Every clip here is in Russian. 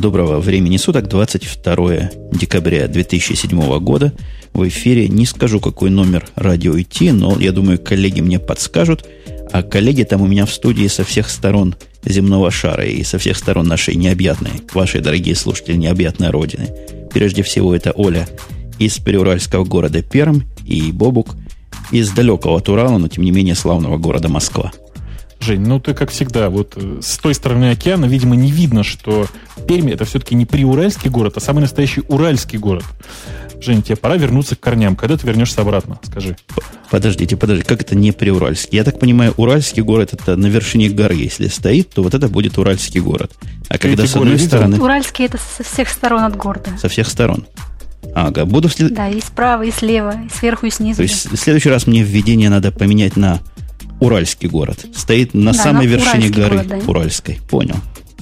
Доброго времени суток, 22 декабря 2007 года. В эфире не скажу, какой номер радио идти, но я думаю, коллеги мне подскажут. А коллеги там у меня в студии со всех сторон земного шара и со всех сторон нашей необъятной, ваши дорогие слушатели, необъятной родины. Прежде всего, это Оля из приуральского города Пермь и Бобук из далекого от Урала, но тем не менее славного города Москва. Жень, ну ты, как всегда, вот с той стороны океана, видимо, не видно, что Пермь это все-таки не приуральский город, а самый настоящий уральский город. Жень, тебе пора вернуться к корням. Когда ты вернешься обратно? Скажи. Подождите, как это не приуральский? Я так понимаю, уральский город это на вершине горы. Если стоит, то вот это будет уральский город. А ты когда с одной стороны... Уральский это со всех сторон от города. Со всех сторон. Ага, Да, и справа, и слева, и сверху, и снизу. То есть в следующий раз мне введение надо поменять на уральский город. Стоит на самой вершине горы город, да. Уральской. Понял.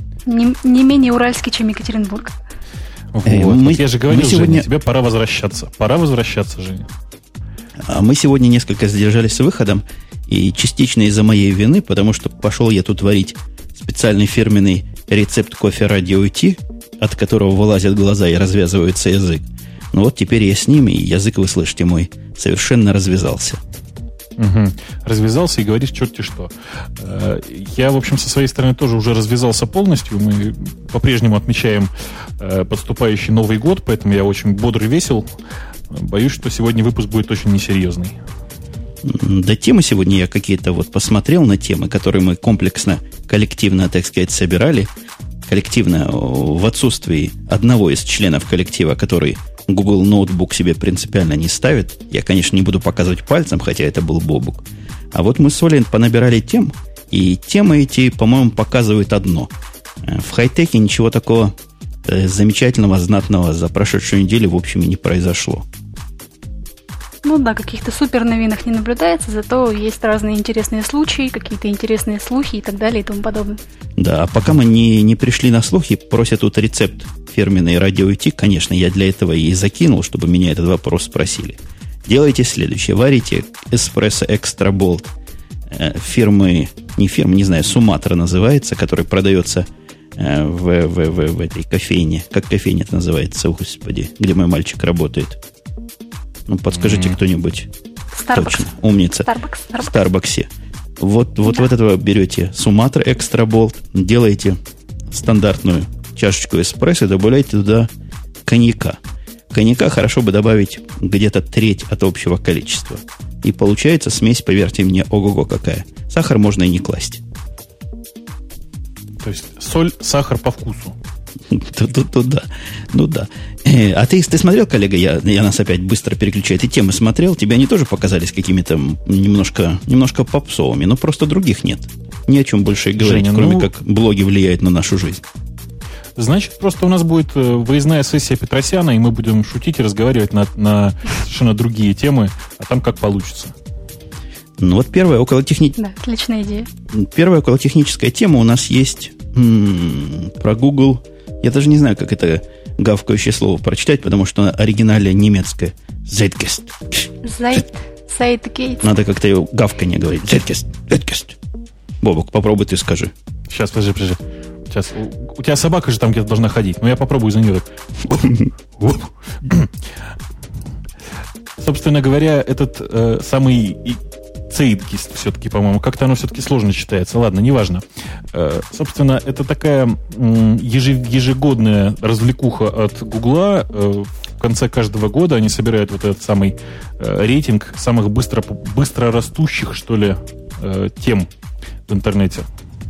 Не менее уральский, чем Екатеринбург. Вот я же говорил, сегодня... Женя, тебе пора возвращаться. Пора возвращаться, Женя. Мы сегодня несколько задержались с выходом, и частично из-за моей вины, потому что пошел я тут варить специальный фирменный рецепт кофе радио IT, от которого вылазят глаза и развязывается язык. Но вот теперь я с ними, и язык, вы слышите мой, совершенно развязался. Угу. Развязался и говоришь черти что. Я, в общем, со своей стороны тоже уже развязался полностью. Мы по-прежнему отмечаем подступающий Новый год, поэтому я очень бодр и весел. Боюсь, что сегодня выпуск будет очень несерьезный. Да, темы сегодня я какие-то вот посмотрел на темы, которые мы комплексно, коллективно, так сказать, собирали. Коллективно в отсутствии одного из членов коллектива, который Google ноутбук себе принципиально не ставит. Я, конечно, не буду показывать пальцем, хотя это был Бобук. А вот мы с Олей понабирали тем, и темы эти, по-моему, показывают одно. В хай-теке ничего такого замечательного, знатного за прошедшую неделю, в общем, и не произошло. Ну да, каких-то супер новинок не наблюдается, зато есть разные интересные случаи, какие-то интересные слухи и так далее и тому подобное. Да, а пока мы не пришли на слухи, просят тут рецепт фирменной радио IT. Конечно, я для этого и закинул, чтобы меня этот вопрос спросили. Делайте следующее. Варите эспрессо экстра болт фирмы, не знаю, Суматра называется, который продается в этой кофейне. Как кофейня это называется, господи, где мой мальчик работает? Ну, подскажите кто-нибудь. Starbucks. Точно, умница. В Старбаксе. Вот этого берете Суматра экстра болт, делаете стандартную чашечку эспрессо и добавляете туда коньяка. Коньяка хорошо бы добавить где-то треть от общего количества. И получается смесь, поверьте мне, ого-го какая. Сахар можно и не класть. То есть соль, сахар по вкусу. Да. Ну да. А ты смотрел, коллега, я нас опять быстро переключаю. Ты темы смотрел? Тебе они тоже показались какими-то немножко попсовыми, но просто других нет. Ни о чем больше и говорить, Женя, кроме как блоги влияют на нашу жизнь. Значит, просто у нас будет выездная сессия Петросяна, и мы будем шутить и разговаривать на совершенно другие темы, а там как получится. Ну вот первая околотехническая... Да, отличная идея. Первая околотехническая тема у нас есть про Google. Я даже не знаю, как это гавкающее слово прочитать, потому что оригинальное немецкое. Zeitgeist. Zeitgeist. Надо как-то его гавканье говорить. Zeitgeist. Бобок, попробуй ты скажи. Сейчас, подожди. Сейчас. У тебя собака же там где-то должна ходить. Но я попробую за нее. Собственно говоря, этот самый Zeitgeist все-таки, по-моему, как-то оно все-таки сложно читается. Ладно, неважно. Собственно, это такая ежегодная развлекуха от Гугла. В конце каждого года они собирают вот этот самый рейтинг самых быстро растущих, что ли, тем в интернете.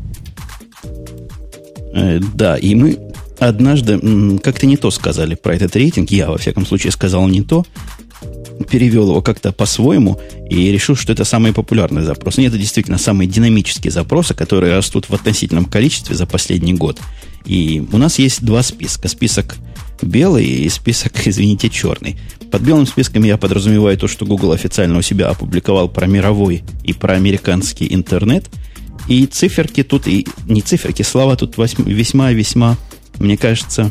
Да, и мы однажды как-то не то сказали про этот рейтинг. Я, во всяком случае, сказал не то. Перевел его как-то по-своему и решил, что это самый популярный запрос. Нет, это действительно самые динамические запросы, которые растут в относительном количестве за последний год. И у нас есть два списка. Список белый и список, извините, черный. Под белым списком я подразумеваю то, что Google официально у себя опубликовал про мировой и про американский интернет. И циферки тут, и не циферки, слова тут весьма-весьма, мне кажется,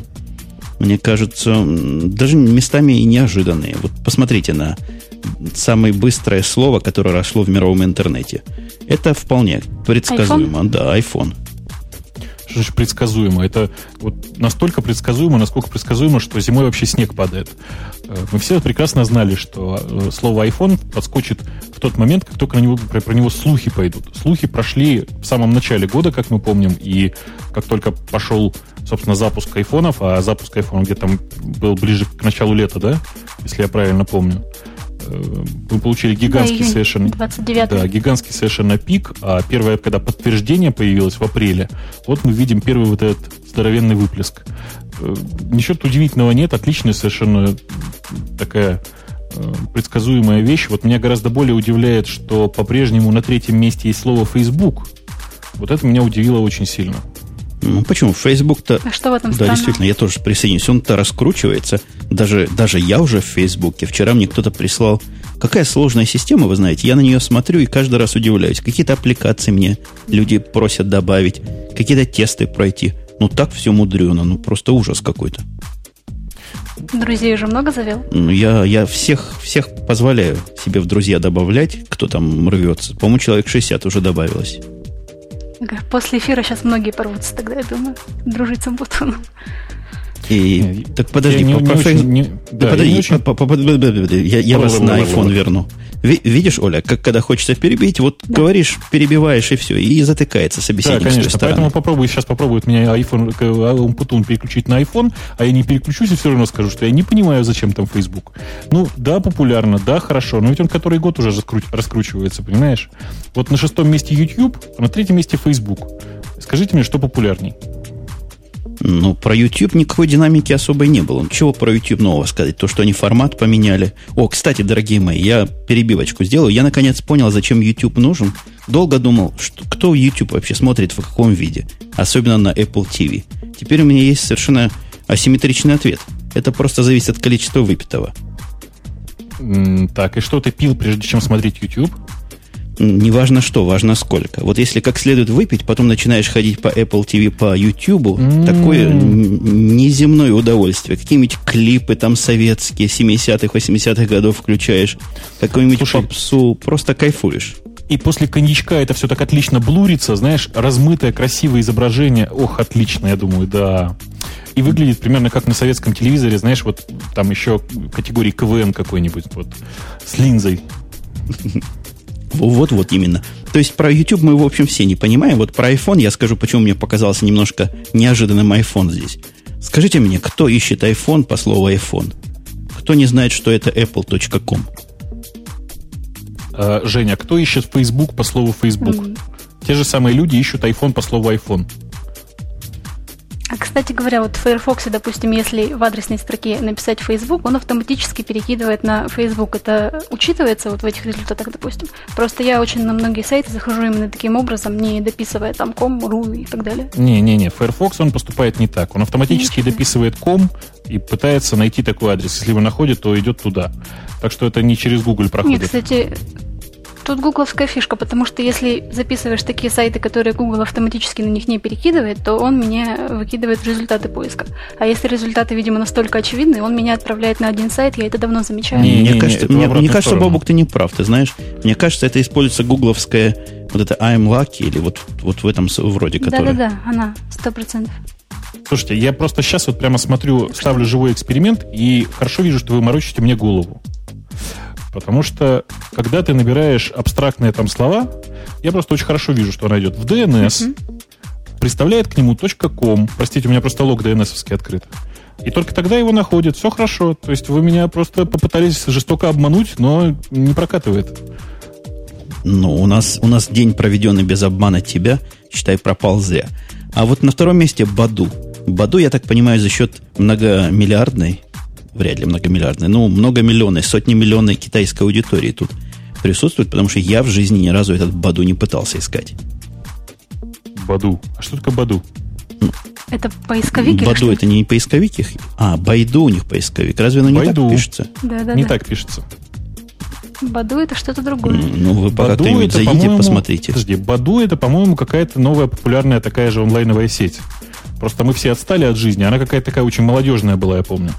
даже местами и неожиданные. Вот посмотрите на самое быстрое слово, которое росло в мировом интернете. Это вполне предсказуемо. iPhone? Да, iPhone. Что значит предсказуемо? Это вот настолько предсказуемо, насколько предсказуемо, что зимой вообще снег падает. Мы все прекрасно знали, что слово iPhone подскочит в тот момент, как только про него слухи пойдут. Слухи прошли в самом начале года, как мы помним, и как только пошел, собственно, запуск айфонов, а запуск айфона где-то там был ближе к началу лета, да? Если я правильно помню. Мы получили гигантский совершенно... 29-й. Да, гигантский совершенно пик, а первое, когда подтверждение появилось в апреле, вот мы видим первый вот этот здоровенный выплеск. Ничего удивительного нет, отличная совершенно такая предсказуемая вещь. Вот меня гораздо более удивляет, что по-прежнему на 3-м месте есть слово Facebook. Вот это меня удивило очень сильно. Ну, почему? Facebook-то... А что в этом Да, странного? действительно, я тоже присоединюсь. Он-то раскручивается. Даже я уже в Фейсбуке. Вчера мне кто-то прислал... Какая сложная система, вы знаете. Я на нее смотрю и каждый раз удивляюсь. Какие-то аппликации мне люди просят добавить. Какие-то тесты пройти. Ну, так все мудрено. Ну, просто ужас какой-то. Друзей уже много завел? Ну, я всех позволяю себе в друзья добавлять, кто там рвется. По-моему, человек 60 уже добавилось. После эфира сейчас многие порвутся тогда, я думаю. Дружить с Умпутуном. И, так подожди, я вас на iPhone верну. Видишь, Оля, как когда хочется перебить, вот да. Говоришь, перебиваешь и все, и затыкается собеседник. Да, конечно, поэтому сейчас попробует меня Умпутун переключить на iPhone, а я не переключусь и все равно скажу, что я не понимаю, зачем там Facebook. Ну, да, популярно, да, хорошо, но ведь он который год уже раскручивается, понимаешь? Вот на 6-м месте YouTube, а на 3-м месте Facebook. Скажите мне, что популярней? Ну, про YouTube никакой динамики особой не было. Чего про YouTube нового сказать? То, что они формат поменяли. О, кстати, дорогие мои, я перебивочку сделаю. Я, наконец, понял, зачем YouTube нужен. Долго думал, что, кто YouTube вообще смотрит в каком виде. Особенно на Apple TV. Теперь у меня есть совершенно асимметричный ответ. Это просто зависит от количества выпитого. Так, и что ты пил, прежде чем смотреть YouTube? Не важно что, важно сколько. Вот если как следует выпить, потом начинаешь ходить по Apple TV, по YouTube, такое неземное удовольствие. Какие-нибудь клипы там советские, 70-х, 80-х годов включаешь, какую-нибудь попсу, просто кайфуешь. И после коньячка это все так отлично блурится, знаешь, размытое, красивое изображение. Ох, отлично, я думаю, да. И выглядит примерно как на советском телевизоре, знаешь, вот там еще категории КВН какой-нибудь, вот, с линзой. Вот именно. То есть про YouTube мы, в общем, все не понимаем. Вот про iPhone я скажу, почему мне показался немножко неожиданным iPhone здесь. Скажите мне, кто ищет iPhone по слову iPhone? Кто не знает, что это apple.com? Женя, кто ищет Facebook по слову Facebook? Те же самые люди ищут iPhone по слову iPhone. А, кстати говоря, вот в Firefox, допустим, если в адресной строке написать Facebook, он автоматически перекидывает на Facebook. Это учитывается вот в этих результатах, допустим? Просто я очень на многие сайты захожу именно таким образом, не дописывая там .com, .ru и так далее. Не. Firefox, он поступает не так. Он автоматически дописывает .com и пытается найти такой адрес. Если его находит, то идет туда. Так что это не через Google проходит. Нет, кстати... Тут гугловская фишка, потому что если записываешь такие сайты, которые Google автоматически на них не перекидывает, то он мне выкидывает результаты поиска. А если результаты, видимо, настолько очевидны, он меня отправляет на один сайт, я это давно замечаю. Мне кажется, Бобук, ты не прав, ты знаешь. Мне кажется, это используется гугловская вот это I'm Lucky или вот в этом вроде, который... Да, она, 100%. Слушайте, я просто сейчас вот прямо смотрю, ставлю живой эксперимент и хорошо вижу, что вы морочите мне голову. Потому что, когда ты набираешь абстрактные там слова, я просто очень хорошо вижу, что она идет в DNS, представляет к нему .com. Простите, у меня просто лог DNS-овский открыт. И только тогда его находит. Все хорошо. То есть вы меня просто попытались жестоко обмануть, но не прокатывает. Ну, у нас день, проведенный без обмана тебя, считай, пропал зря. А вот на втором месте Баду. Баду, я так понимаю, за счет многомиллиардной, вряд ли многомиллиардной, но многомиллионной, сотнемиллионной китайской аудитории тут присутствует, потому что я в жизни ни разу этот Баду не пытался искать. Баду. А что такое Баду? Это поисковик? Баду это не поисковик их? А, Байду у них поисковик. Разве оно не так пишется? Да. Не так пишется. Баду это что-то другое. Ну, вы пока кто-нибудь зайдите, посмотрите. Подожди, Баду это, по-моему, какая-то новая популярная такая же онлайновая сеть. Просто мы все отстали от жизни. Она какая-то такая очень молодежная была, я помню.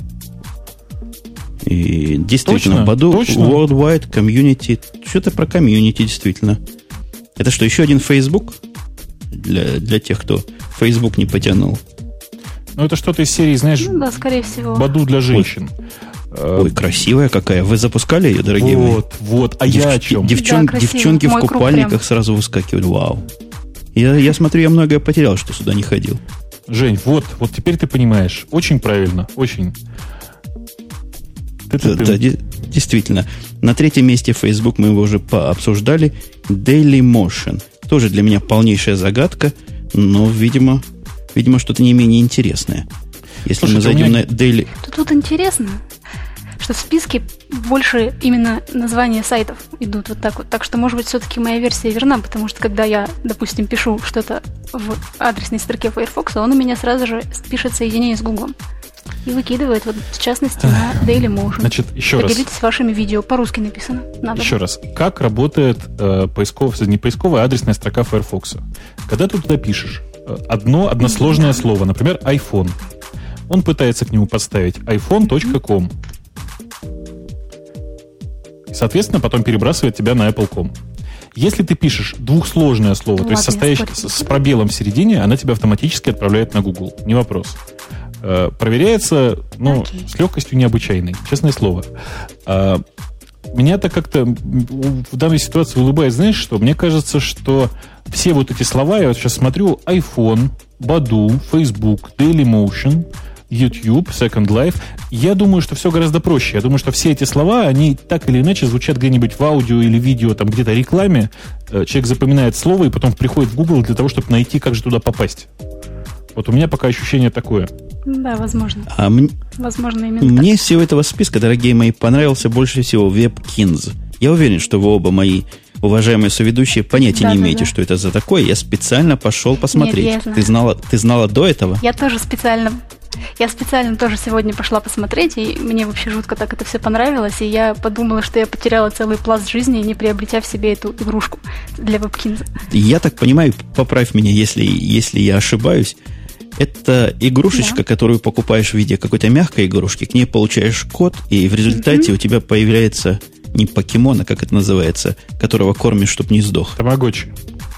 И действительно, Баду Worldwide Community. Что-то про комьюнити, действительно. Это что, еще один Facebook? Для тех, кто Facebook не потянул. Ну, это что-то из серии, знаешь, да, скорее всего. Баду для женщин. Ой, красивая какая. Вы запускали ее, дорогие мои? Вот. А я о чем? Девчонки в купальниках сразу выскакивали. Вау. Я смотрю, я многое потерял, что сюда не ходил. Жень, вот теперь ты понимаешь. Очень правильно, очень. Да, действительно. На третьем месте Facebook, мы его уже пообсуждали, Dailymotion. Тоже для меня полнейшая загадка, но, видимо, что-то не менее интересное. Если мы зайдем на Daily... Тут интересно, что в списке больше именно названия сайтов идут вот так вот. Так что, может быть, все-таки моя версия верна, потому что когда я, допустим, пишу что-то в адресной строке Firefox, он у меня сразу же пишет соединение с Google. И выкидывает, вот, в частности, на Dailymotion. Значит, еще раз. Поделитесь вашими видео, по-русски написано. Еще раз. Как работает не поисковая, а адресная строка Firefox? Когда ты туда пишешь односложное слово, например, iPhone, он пытается к нему подставить iphone.com. И, соответственно, потом перебрасывает тебя на apple.com. Если ты пишешь двухсложное слово, то есть состоящее с пробелом в середине, она тебя автоматически отправляет на Google. Не вопрос. Проверяется, с легкостью необычайной, честное слово. Меня-то как-то в данной ситуации улыбает, знаешь что? Мне кажется, что все вот эти слова, я вот сейчас смотрю, iPhone, Badu, Facebook, Dailymotion, YouTube, Second Life, я думаю, что все гораздо проще. Я думаю, что все эти слова, они так или иначе звучат где-нибудь в аудио или видео, там где-то рекламе. Человек запоминает слово и потом приходит в Google для того, чтобы найти, как же туда попасть. Вот у меня пока ощущение такое. Да, возможно. Возможно, именно мне из всего этого списка, дорогие мои, понравился больше всего WebKins. Я уверен, что вы оба мои уважаемые соведущие понятия не имеете, что это за такое. Я специально пошел посмотреть. Нет, я знаю. Ты знала до этого? Я специально тоже сегодня пошла посмотреть, и мне вообще жутко так это все понравилось, и я подумала, что я потеряла целый пласт жизни, не приобретя в себе эту игрушку для WebKins. Я так понимаю, поправь меня, если я ошибаюсь, это игрушечка, которую покупаешь в виде какой-то мягкой игрушки, к ней получаешь код, и в результате у тебя появляется не покемон, а как это называется, которого кормишь, чтобы не сдох. Тамагочи.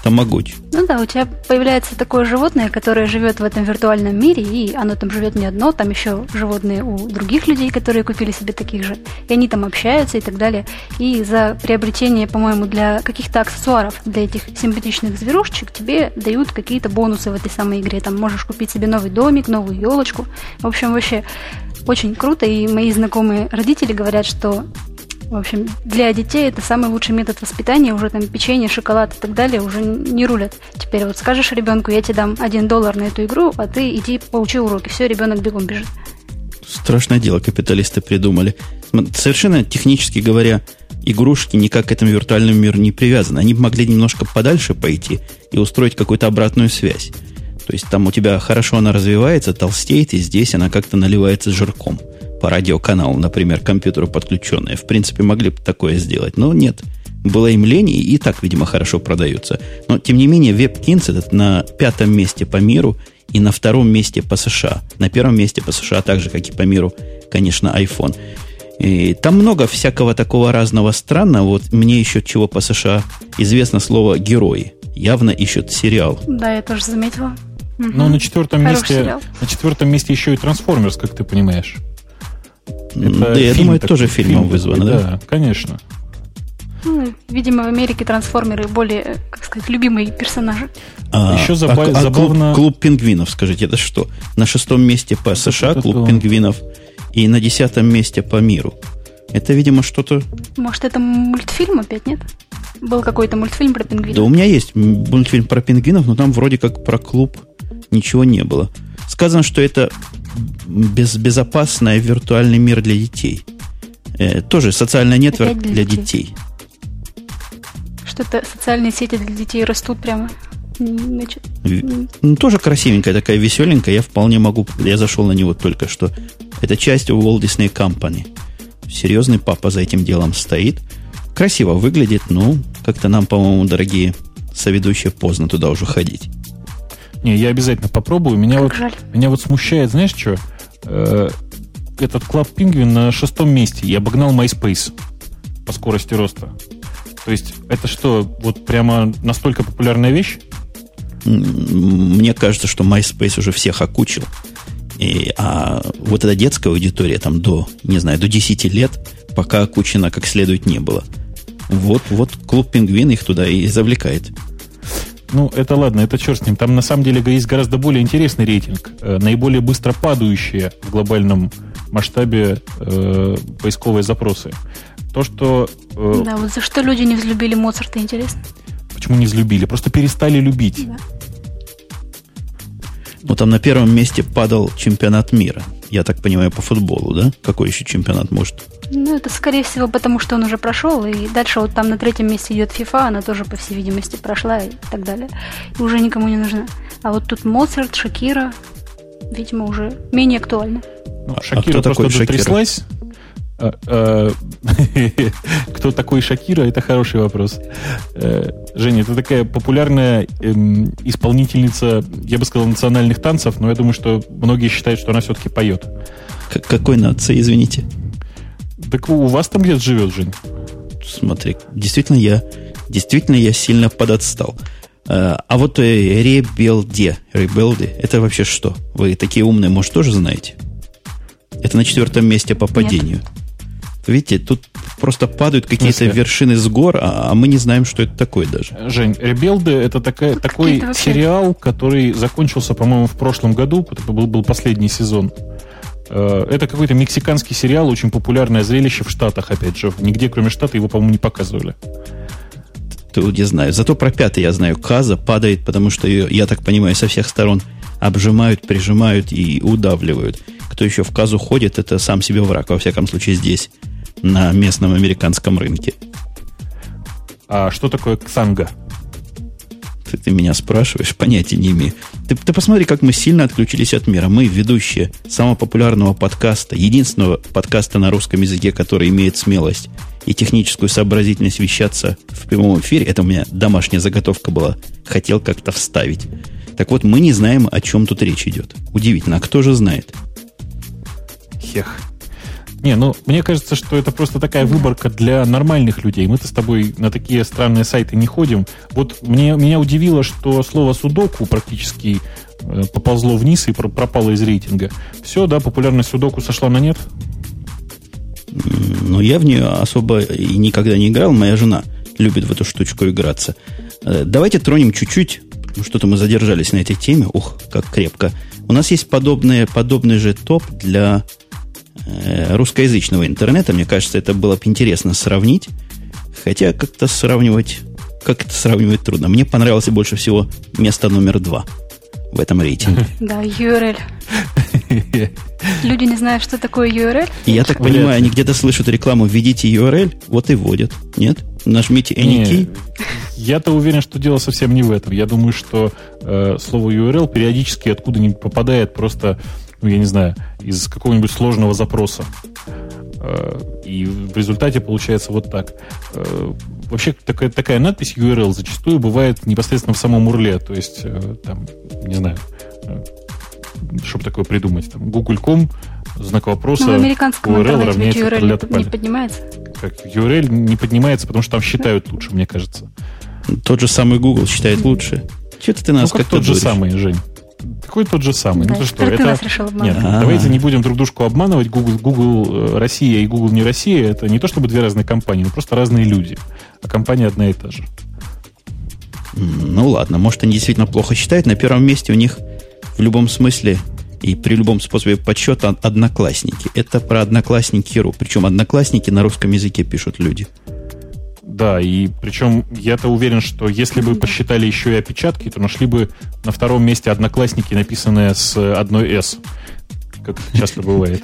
Ну да, у тебя появляется такое животное, которое живет в этом виртуальном мире, и оно там живет не одно, там еще животные у других людей, которые купили себе таких же, и они там общаются и так далее. И за приобретение, по-моему, для каких-то аксессуаров для этих симпатичных зверушечек тебе дают какие-то бонусы в этой самой игре. Там можешь купить себе новый домик, новую елочку. В общем, вообще очень круто, и мои знакомые родители говорят, что в общем, для детей это самый лучший метод воспитания. Уже там печенье, шоколад и так далее уже не рулят. Теперь вот скажешь ребенку, я тебе дам $1 на эту игру, а ты иди поучи уроки. Все, ребенок бегом бежит. Страшное дело капиталисты придумали. Совершенно технически говоря, игрушки никак к этому виртуальному миру не привязаны. Они могли немножко подальше пойти и устроить какую-то обратную связь. То есть там у тебя хорошо она развивается, толстеет, и здесь она как-то наливается жирком. По радиоканалу, например, к компьютеру подключенные. В принципе, могли бы такое сделать, но нет. Было им лень, и так, видимо, хорошо продаются. Но, тем не менее, WebKins этот на 5-м месте по миру и на 2-м месте по США. На 1-м месте по США, так же, как и по миру, конечно, iPhone. И там много всякого такого разного странного. Вот мне еще чего по США известно слово «герои». Явно ищут сериал. Да, я тоже заметила. Но на 4-м месте еще и Трансформерс, как ты понимаешь. Да, я думаю, это тоже фильмом вызвано, да? Да, конечно. Видимо, в Америке трансформеры более, как сказать, любимые персонажи. Еще забавно... Клуб пингвинов, скажите, это что? На 6-м месте по США клуб пингвинов и на 10-м месте по миру. Это, видимо, что-то... Может, это мультфильм опять, нет? Был какой-то мультфильм про пингвинов. Да, у меня есть мультфильм про пингвинов, но там вроде как про клуб ничего не было. Сказано, что это безопасный виртуальный мир для детей. Тоже социальный нетворк для детей. Что-то социальные сети для детей растут прямо. Значит. Тоже красивенькая, такая веселенькая. Я вполне могу... Я зашел на него только что. Это часть Walt Disney Company. Серьезный папа за этим делом стоит. Красиво выглядит, но как-то нам, по-моему, дорогие соведущие, поздно туда уже ходить. Не, я обязательно попробую. Меня вот смущает, знаешь что? Этот Club Penguin на 6-м месте. Я обогнал MySpace по скорости роста. То есть, это что, вот прямо настолько популярная вещь? Мне кажется, что MySpace уже всех окучил. А вот эта детская аудитория там до 10 лет пока окучена как следует не было. Вот клуб «Пингвин» их туда и завлекает. Ну, это ладно, это черт с ним. Там на самом деле есть гораздо более интересный рейтинг. Наиболее быстро падающие в глобальном масштабе поисковые запросы. То, что... Да, вот за что люди не взлюбили Моцарта, интересно. Почему не взлюбили? Просто перестали любить. Да. Ну, там на первом месте падал чемпионат мира. Я так понимаю, по футболу, да? Какой еще чемпионат может? Ну, это, скорее всего, потому что он уже прошел, и дальше вот там на третьем месте идет FIFA, она тоже, по всей видимости, прошла и так далее. И уже никому не нужна. А вот тут Моцарт, Шакира, видимо, уже менее актуально. Ну, Шакира просто дотряслась. Кто такой Шакира, это хороший вопрос. Женя, это такая популярная исполнительница, я бы сказал, национальных танцев, но я думаю, что многие считают, что она все-таки поет. Какой нации, извините? Так у вас там где-то живет, Жень? Смотри, действительно я сильно подотстал. А вот Ребелде, это вообще что? Вы такие умные, может, тоже знаете? Это на 4 месте по падению. Нет. Видите, тут просто падают какие-то вершины с гор, а мы не знаем, что это такое даже. Жень, Ребелде это такой сериал, который закончился, по-моему, в прошлом году. Это был последний сезон. Это какой-то мексиканский сериал, очень популярное зрелище в Штатах, опять же. Нигде, кроме Штата, его, по-моему, не показывали. Тут я знаю. Зато про 5 я знаю. Каза падает, потому что ее, я так понимаю, со всех сторон обжимают, прижимают и удавливают. Кто еще в Казу ходит, это сам себе враг. Во всяком случае, здесь, на местном американском рынке. А что такое ксанга? Ты меня спрашиваешь? Понятия не имею. Ты посмотри, как мы сильно отключились от мира. Мы, ведущие самого популярного подкаста, единственного подкаста на русском языке, который имеет смелость и техническую сообразительность вещаться в прямом эфире. Это у меня домашняя заготовка была. Хотел как-то вставить. Так вот, мы не знаем, о чем тут речь идет. Удивительно. А кто же знает? Хех. Не, ну, мне кажется, что это просто такая выборка для нормальных людей. Мы-то с тобой на такие странные сайты не ходим. Вот меня удивило, что слово «судоку» практически поползло вниз и пропало из рейтинга. Все, да, популярность судоку сошла на нет? Ну, я в нее особо и никогда не играл. Моя жена любит в эту штучку играться. Давайте тронем чуть-чуть. Что-то мы задержались на этой теме. Ух, как крепко. У нас есть подобный же топ для русскоязычного интернета. Мне кажется, это было бы интересно сравнить. Хотя как-то сравнивать трудно. Мне понравилось больше всего место номер 2 в этом рейтинге. Да, URL. Люди не знают, что такое URL. Я так понимаю, они где-то слышат рекламу «Введите URL», вот и вводят. Нет? Нажмите any key. Я-то уверен, что дело совсем не в этом. Я думаю, что слово URL периодически откуда-нибудь попадает просто, ну, я не знаю, из какого-нибудь сложного запроса. И в результате получается вот так. Вообще такая надпись URL зачастую бывает непосредственно в самом URL. То есть, там, не знаю, чтобы такое придумать, там, google.com, знак вопроса, в американском URL равняется URL не поднимается? Как URL не поднимается, потому что там считают лучше, мне кажется. Тот же самый Google считает лучше. Что-то ты нас как-то тот же самый, Жень. Какой тот же самый? Да, ну, что, это... Нет, давайте не будем друг дружку обманывать. Google Россия и Google не Россия — это не то чтобы две разные компании, но просто разные люди. А компания одна и та же. Ну ладно, может, они действительно плохо считают. На первом месте у них в любом смысле и при любом способе подсчета Одноклассники. Это про Одноклассники.ру. Причем Одноклассники на русском языке пишут люди. Да, и причем я-то уверен, что если бы посчитали еще и опечатки, то нашли бы на втором месте Одноклассники, написанные с одной «с», как часто бывает.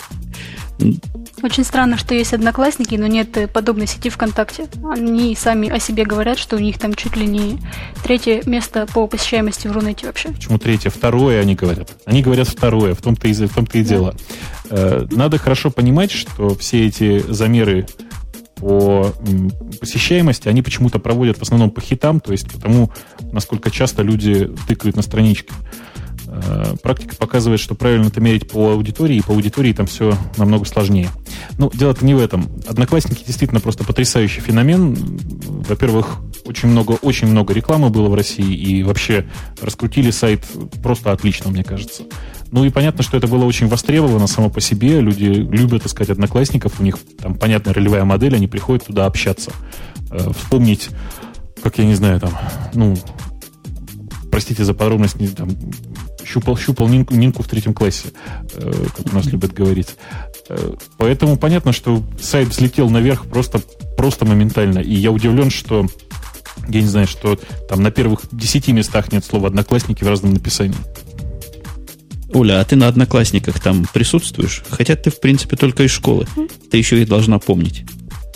Очень странно, что есть Одноклассники, но нет подобной сети ВКонтакте. Они сами о себе говорят, что у них там чуть ли не 3 место по посещаемости в Рунете вообще. Почему 3? 2 они говорят. Они говорят 2, в том-то и дело. Надо хорошо понимать, что все эти замеры по посещаемости, они почему-то проводят в основном по хитам, то есть потому, насколько часто люди тыкают на странички. Практика показывает, что правильно это мерить по аудитории, и по аудитории там все намного сложнее. Ну, дело-то не в этом. Одноклассники действительно просто потрясающий феномен. Во-первых, очень много рекламы было в России, и вообще раскрутили сайт просто отлично, мне кажется. Ну и понятно, что это было очень востребовано само по себе. Люди любят искать одноклассников, у них там понятная ролевая модель, они приходят туда общаться. Вспомнить, как я не знаю, там, ну, простите за подробность, там, щупал Нинку в 3 классе, как у нас любят говорить. Поэтому понятно, что сайт взлетел наверх просто моментально. И я удивлен, что, я не знаю, что там на первых 10 местах нет слова «одноклассники» в разном написании. Оля, а ты на одноклассниках там присутствуешь? Хотя ты, в принципе, только из школы. Ты еще их должна помнить.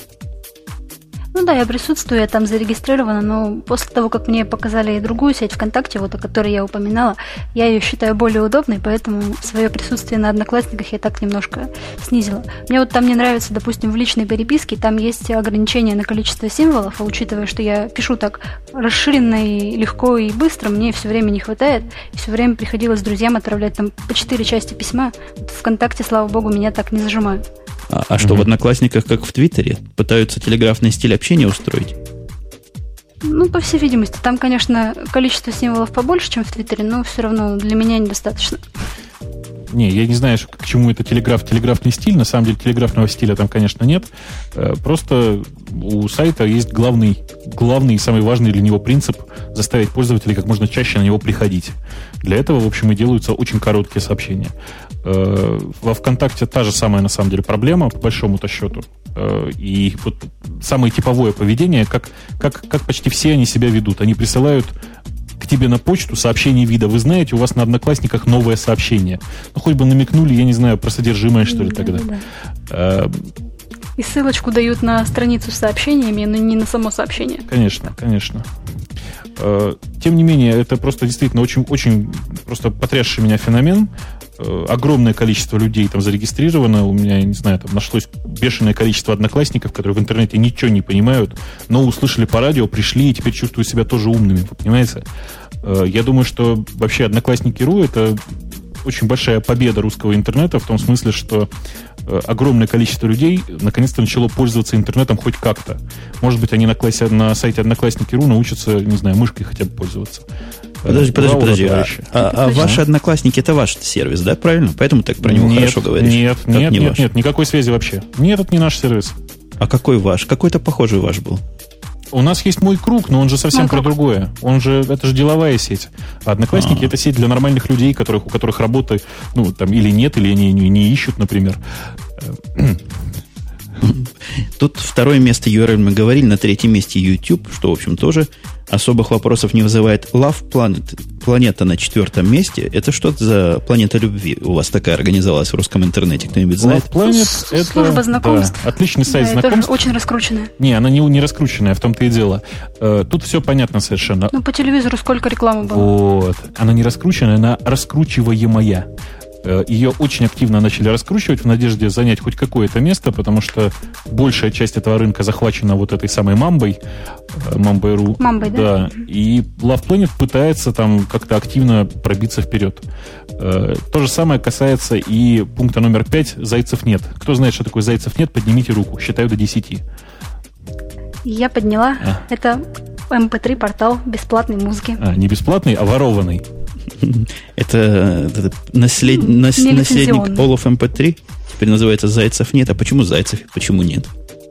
Ну да, я присутствую, я там зарегистрирована, но после того, как мне показали другую сеть ВКонтакте, вот о которой я упоминала, я ее считаю более удобной, поэтому свое присутствие на Одноклассниках я так немножко снизила. Мне вот там не нравится, допустим, в личной переписке, там есть ограничение на количество символов, а учитывая, что я пишу так расширенно и легко и быстро, мне все время не хватает, и все время приходилось друзьям отправлять там по 4 части письма. Вот ВКонтакте, слава богу, меня так не зажимают. А что, в Одноклассниках, как в Твиттере, пытаются телеграфный стиль общения устроить? Ну, по всей видимости. Там, конечно, количество символов побольше, чем в Твиттере, но все равно для меня недостаточно. Не, я не знаю, к чему это телеграфный стиль. На самом деле телеграфного стиля там, конечно, нет. Просто у сайта есть главный и самый важный для него принцип заставить пользователей как можно чаще на него приходить. Для этого, в общем, и делаются очень короткие сообщения. Во ВКонтакте та же самая, на самом деле, проблема, по большому-то счету. И вот самое типовое поведение, как почти все они себя ведут. Они присылают к тебе на почту сообщение вида. Вы знаете, у вас на Одноклассниках новое сообщение. Ну, хоть бы намекнули, я не знаю, про содержимое, что ли, тогда. Да. И ссылочку дают на страницу с сообщениями, но не на само сообщение. Конечно. Тем не менее, это просто действительно очень просто потрясший меня феномен. Огромное количество людей там зарегистрировано. У меня, я не знаю, там нашлось бешеное количество одноклассников, которые в интернете ничего не понимают, но услышали по радио, пришли и теперь чувствуют себя тоже умными. Вы понимаете? Я думаю, что вообще Одноклассники.ру — это очень большая победа русского интернета в том смысле, что огромное количество людей наконец-то начало пользоваться интернетом хоть как-то. Может быть, они на сайте Одноклассники.ру научатся, не знаю, мышкой хотя бы пользоваться. Подожди. А ваши Одноклассники — это ваш сервис, да, правильно? Поэтому так про него хорошо говоришь. Нет, никакой связи вообще. Нет, это не наш сервис. А какой ваш? Какой-то похожий ваш был. У нас есть Мой Круг, но он же совсем про другое. Это же деловая сеть. А Одноклассники — это сеть для нормальных людей, у которых работы, ну, там, или нет, или они не ищут, например. Тут второе место URL мы говорили, на третьем месте YouTube, что, в общем, тоже особых вопросов не вызывает. Love Planet, планета на 4-м месте. Это что за планета любви у вас такая организовалась в русском интернете? Кто-нибудь знает? Love Planet — это служба знакомств. Да, отличный сайт знакомств. Это очень раскрученная. Не, она не раскрученная, в том-то и дело. Тут все понятно совершенно. Ну, по телевизору сколько рекламы было. Вот. Она не раскрученная, она раскручиваемая. Ее очень активно начали раскручивать в надежде занять хоть какое-то место, потому что большая часть этого рынка захвачена вот этой самой Мамбой. Мамбой.ру. Мамбой, да. И Love Planet пытается там как-то активно пробиться вперед. То же самое касается и пункта номер 5 «Зайцев нет». Кто знает, что такое «Зайцев нет», поднимите руку. Считаю до 10. Я подняла. Это MP3 портал бесплатной музыки. Не бесплатный, а ворованный. Это наследник All of MP3. Теперь называется «Зайцев нет». А почему «Зайцев» и почему нет?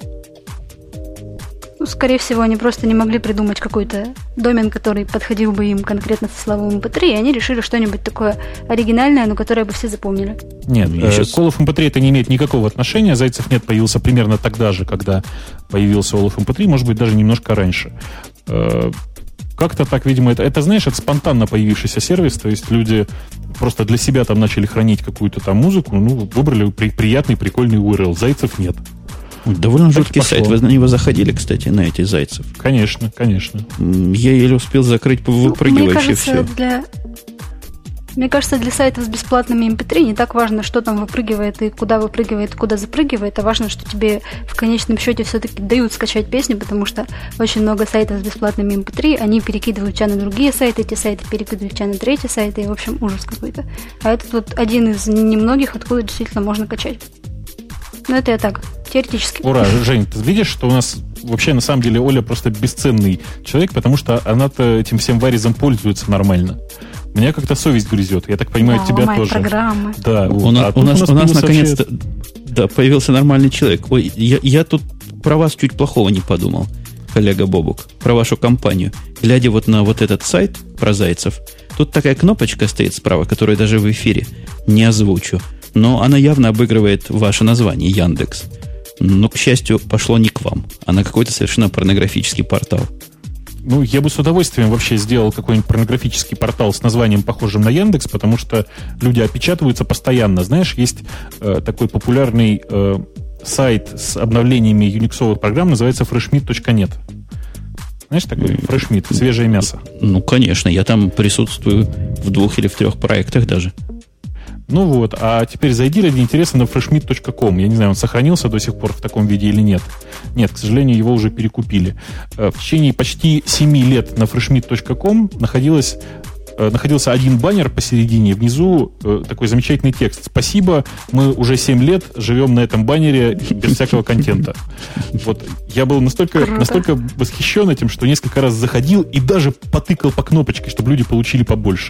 Ну, скорее всего, они просто не могли придумать какой-то домен, который подходил бы им конкретно со словом MP3, и они решили что-нибудь такое оригинальное, но которое бы все запомнили. Нет, All of MP3 это не имеет никакого отношения. «Зайцев нет» появился примерно тогда же, когда появился All of MP3, может быть, даже немножко раньше. Как-то так, видимо, это, знаешь, это спонтанно появившийся сервис, то есть люди просто для себя там начали хранить какую-то там музыку, ну, выбрали приятный, прикольный URL. «Зайцев нет». Довольно жуткий сайт. Вы на него заходили, кстати, на эти «Зайцев». Конечно. Я еле успел закрыть выпрыгивающее все. Мне кажется, для сайтов с бесплатными MP3 не так важно, что там выпрыгивает и куда запрыгивает, а важно, что тебе в конечном счете все-таки дают скачать песню, потому что очень много сайтов с бесплатными MP3, они перекидывают тебя на другие сайты, эти сайты перекидывают тебя на третьи сайты, и, в общем, ужас какой-то. А этот вот один из немногих, откуда действительно можно качать. Но это я так, теоретически. Ура, Жень, ты видишь, что у нас вообще на самом деле Оля просто бесценный человек, потому что она-то этим всем варизом пользуется нормально. Меня как-то совесть грызет. Я так понимаю, тебя тоже. Программы. Да, у нас наконец-то появился нормальный человек. Ой, я тут про вас чуть плохого не подумал, коллега Бобук, про вашу компанию. Глядя вот на вот этот сайт про зайцев, тут такая кнопочка стоит справа, которую даже в эфире не озвучу. Но она явно обыгрывает ваше название, Яндекс. Но, к счастью, пошло не к вам, а на какой-то совершенно порнографический портал. Ну, я бы с удовольствием вообще сделал какой-нибудь порнографический портал с названием, похожим на Яндекс, потому что люди опечатываются постоянно. Знаешь, есть такой популярный сайт с обновлениями юниксовых программ, называется freshmeat.net. Знаешь, такой Freshmeat, свежее мясо. Ну, конечно, я там присутствую в 2 или в 3 проектах даже. Ну вот, а теперь зайди ради интереса на freshmeat.com. Я не знаю, он сохранился до сих пор в таком виде или нет. Нет, к сожалению, его уже перекупили. В течение почти 7 лет на freshmeat.com находился один баннер посередине, внизу такой замечательный текст. Спасибо, мы уже 7 лет живем на этом баннере без всякого контента. Вот, я был настолько восхищен этим, что несколько раз заходил и даже потыкал по кнопочке, чтобы люди получили побольше.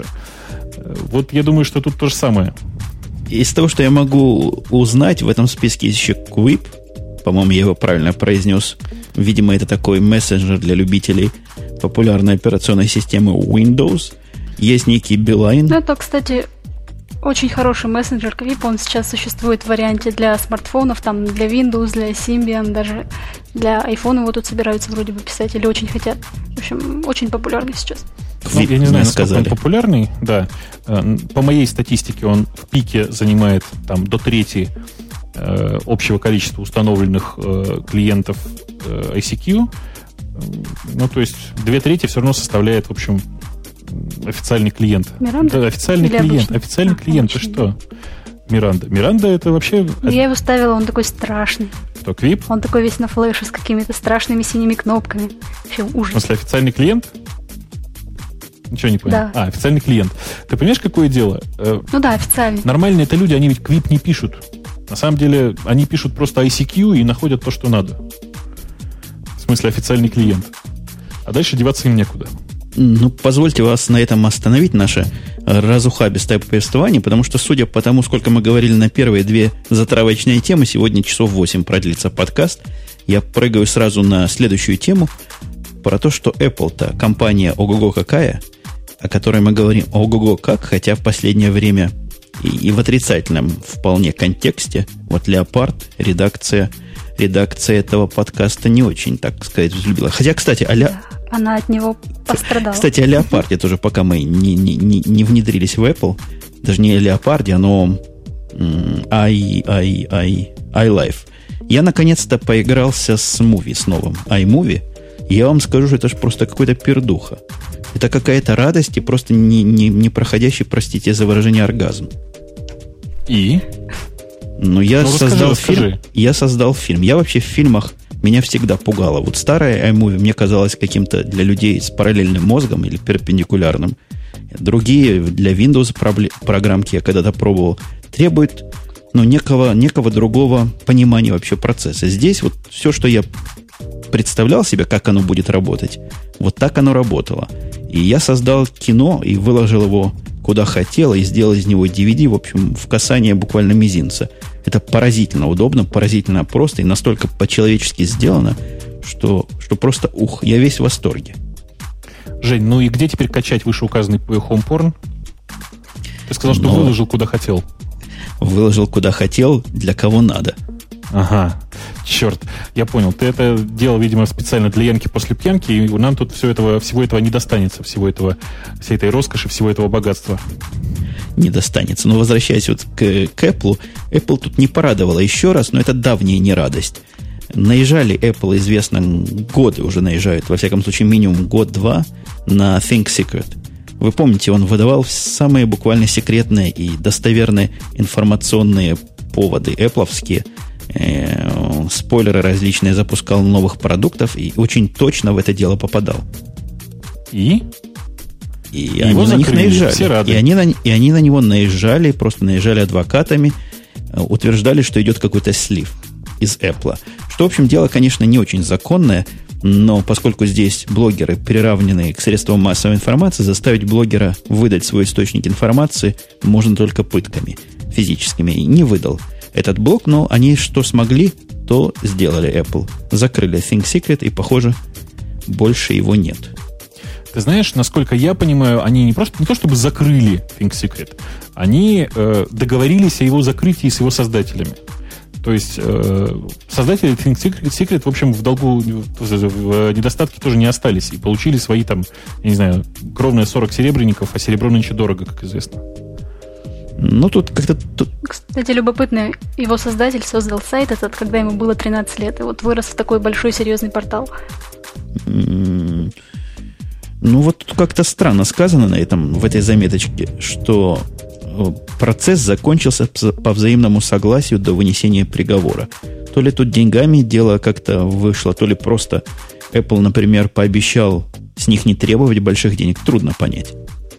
Вот я думаю, что тут то же самое. Из того, что я могу узнать, в этом списке есть еще Quip. По-моему, я его правильно произнес. Видимо, это такой мессенджер для любителей популярной операционной системы Windows. Есть некий Beeline. Это, кстати, очень хороший мессенджер Quip. Он сейчас существует в варианте для смартфонов, там для Windows, для Symbian, даже для iPhone его тут собираются вроде бы писать или очень хотят. В общем, очень популярный сейчас. Ну, я не знаю, насколько он популярный, да. По моей статистике он в пике занимает там до трети общего количества установленных клиентов ICQ. Ну, то есть 2/3 все равно составляет, в общем, официальный клиент. Миранда? Да, официальный клиент. Обычный? Официальный клиент, ты что? Миранда. Миранда это вообще... Я его ставила, он такой страшный. Что, Quip? Он такой весь на флеше с какими-то страшными синими кнопками. Вообще ужас. В смысле, официальный клиент? Ничего не понял. Да. Официальный клиент. Ты понимаешь, какое дело? Ну да, официальный. Нормальные это люди, они ведь Quip не пишут. На самом деле, они пишут просто ICQ и находят то, что надо. В смысле, официальный клиент. А дальше деваться им некуда. Ну, позвольте вас на этом остановить, наше разухабистое повествование, потому что, судя по тому, сколько мы говорили на первые 2 затравочные темы, сегодня часов 8 продлится подкаст, я прыгаю сразу на следующую тему, про то, что Apple-то компания ого-го какая, о которой мы говорим ого-го как, хотя в последнее время и в отрицательном вполне контексте, вот Leopard, редакция этого подкаста не очень, так сказать, взлюбила. Хотя, кстати, она от него пострадала. Кстати, о Leopard тоже, пока мы не внедрились в Apple, даже не о Leopard, а новом iLife. Я наконец-то поигрался с Movie, с новым iMovie. Я вам скажу, что это же просто какой-то пердуха. Это какая-то радость и просто не проходящий, простите за выражение, оргазм. И? Ну, я создал фильм. Я вообще в фильмах меня всегда пугало. Вот старая iMovie мне казалось каким-то для людей с параллельным мозгом или перпендикулярным. Другие для Windows программки я когда-то пробовал. Требуют некого другого понимания вообще процесса. Здесь вот все, что я представлял себе, как оно будет работать, вот так оно работало. И я создал кино и выложил его куда хотел, и сделал из него DVD, в общем, в касание буквально мизинца. Это поразительно удобно, поразительно просто и настолько по-человечески сделано, что просто я весь в восторге. Жень, ну и где теперь качать вышеуказанный HomePorn? Ты сказал, что выложил куда хотел. Выложил куда хотел, для кого надо. Ага, черт, я понял. Ты это делал, видимо, специально для Янки после пьянки, и нам тут всего этого не достанется, всей этой роскоши, всего этого богатства. Не достанется. Но возвращаясь вот к Apple, Apple тут не порадовала еще раз, но это давняя нерадость. Наезжали Apple, известно, годы уже наезжают, во всяком случае, минимум год-два на ThinkSecret. Вы помните, он выдавал самые буквально секретные и достоверные информационные поводы Apple'овские, спойлеры различные запускал новых продуктов и очень точно в это дело попадал. И они на них наезжали. И они на него наезжали, просто наезжали адвокатами, утверждали, что идет какой-то слив из Apple. Что, в общем, дело, конечно, не очень законное, но поскольку здесь блогеры приравнены к средствам массовой информации, заставить блогера выдать свой источник информации можно только пытками физическими. И не выдал этот блог, но они что смогли, то сделали Apple. Закрыли ThinkSecret, и, похоже, больше его нет. Ты знаешь, насколько я понимаю, они не то чтобы закрыли ThinkSecret, они договорились о его закрытии с его создателями. То есть создатели ThinkSecret, в общем, в долгу, в недостатке тоже не остались и получили свои там, я не знаю, кровные 40 серебряников, а серебро нынче дорого, как известно. Ну, тут как-то... Кстати, любопытно, его создатель создал сайт этот, когда ему было 13 лет, и вот вырос в такой большой серьезный портал. Ну, вот тут как-то странно сказано в этой заметочке, что процесс закончился по взаимному согласию до вынесения приговора. То ли тут деньгами дело как-то вышло, то ли просто Apple, например, пообещал с них не требовать больших денег. Трудно понять.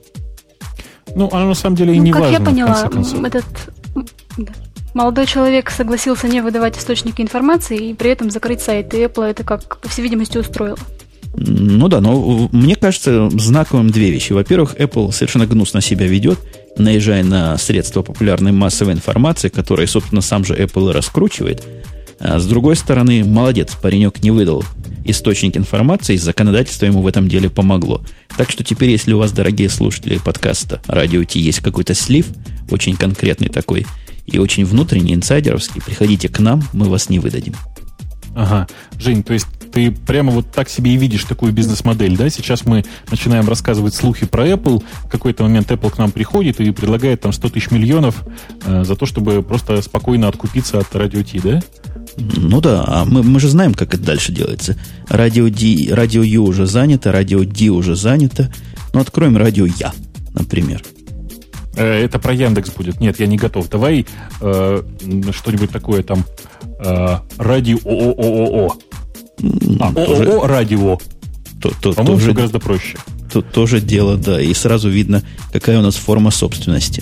Ну, оно на самом деле и не важно. Как я поняла, этот молодой человек согласился не выдавать источники информации и при этом закрыть сайт. И Apple это, как по всей видимости, устроило. Ну да, но мне кажется знаковым две вещи. Во-первых, Apple совершенно гнусно себя ведет, наезжая на средства популярной массовой информации, которые, собственно, сам же Apple и раскручивает. А с другой стороны, молодец, паренек не выдал источник информации, и законодательство ему в этом деле помогло. Так что теперь, если у вас, дорогие слушатели подкаста Радио Ти, есть какой-то слив, очень конкретный такой, и очень внутренний, инсайдеровский, приходите к нам, мы вас не выдадим. Ага. Жень, то есть ты прямо вот так себе и видишь такую бизнес-модель, да? Сейчас мы начинаем рассказывать слухи про Apple. В какой-то момент Apple к нам приходит и предлагает там 100 тысяч миллионов за то, чтобы просто спокойно откупиться от Радио Ти, да? Ну да, а мы же знаем, как это дальше делается. Радио Ю уже занято, Радио Ди уже занято. Ну, откроем Радио Я, например. Это про Яндекс будет. Нет, я не готов. Давай что-нибудь такое там. Радио ООО. ООО радио. По-моему, все гораздо проще. Тут тоже дело, да. И сразу видно, какая у нас форма собственности.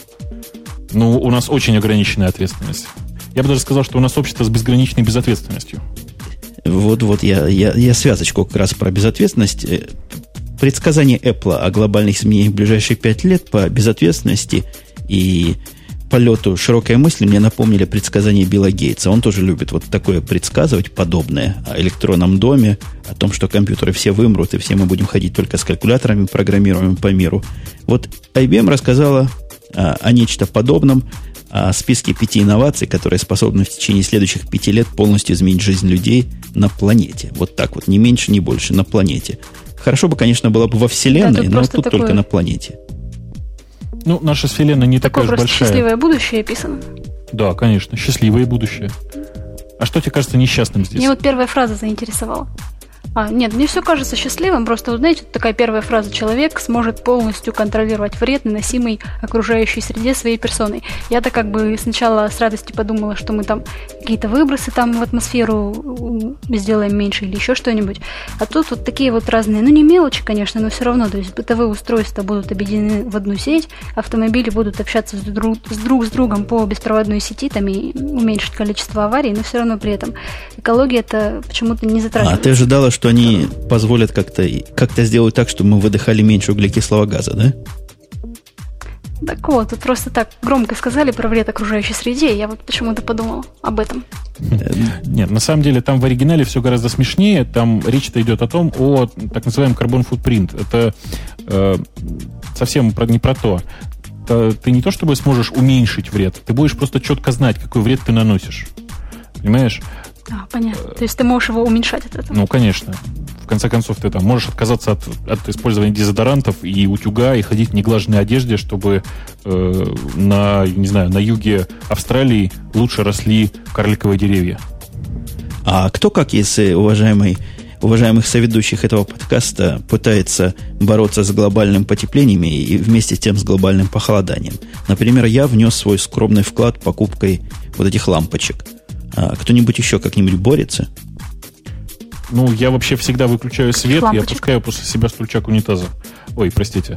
Ну, у нас очень ограниченная ответственность. Я бы даже сказал, что у нас общество с безграничной безответственностью. Вот я связочку как раз про безответственность. Предсказание Apple о глобальных изменениях в ближайшие 5 лет по безответственности и полету широкой мысли мне напомнили предсказание Билла Гейтса. Он тоже любит вот такое предсказывать, подобное о электронном доме, о том, что компьютеры все вымрут, и все мы будем ходить только с калькуляторами, программируемыми по миру. Вот IBM рассказала о нечто подобном, о списке 5 инноваций, которые способны в течение следующих 5 лет полностью изменить жизнь людей на планете. Вот так вот, ни меньше, ни больше, на планете. Хорошо бы, конечно, было бы во Вселенной, да, но тут такое... только на планете. Ну, наша Вселенная не такая уж большая. Счастливое будущее описано. Да, конечно, счастливое будущее. А что тебе кажется несчастным здесь? Мне вот первая фраза заинтересовала. Нет, мне все кажется счастливым, просто, знаете, такая первая фраза: человек сможет полностью контролировать вред, наносимый окружающей среде своей персоной. Я-то как бы сначала с радостью подумала, что мы там какие-то выбросы там в атмосферу сделаем меньше или еще что-нибудь. А тут вот такие вот разные, не мелочи, конечно, но все равно, то есть бытовые устройства будут объединены в одну сеть, автомобили будут общаться друг с другом по беспроводной сети, там и уменьшить количество аварий, но все равно при этом экология-то почему-то не затрагивается. А ты ожидала, что они позволят как-то сделать так, чтобы мы выдыхали меньше углекислого газа, да? Так вот, тут просто так громко сказали про вред окружающей среде, я вот почему-то подумала об этом. Нет, на самом деле там в оригинале все гораздо смешнее. Там речь-то идет о том, о так называемом carbon footprint. Это совсем не про то. Ты не то чтобы сможешь уменьшить вред, ты будешь просто четко знать, какой вред ты наносишь. Понимаешь? Понятно. То есть ты можешь его уменьшать от этого? Ну, конечно. В конце концов, ты там можешь отказаться от использования дезодорантов и утюга и ходить в неглаженной одежде, чтобы на юге Австралии лучше росли карликовые деревья. А кто как, если уважаемый уважаемых соведущих этого подкаста пытается бороться с глобальным потеплением и вместе с тем с глобальным похолоданием. Например, я внес свой скромный вклад покупкой вот этих лампочек. А кто-нибудь еще как-нибудь борется? Ну, я вообще всегда выключаю свет и опускаю после себя стульчак унитаза. Ой, простите.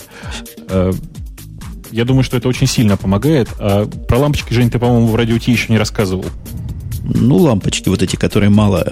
Я думаю, что это очень сильно помогает. А про лампочки, Жень, ты, по-моему, в Радио Ти еще не рассказывал. Ну, лампочки вот эти, которые мало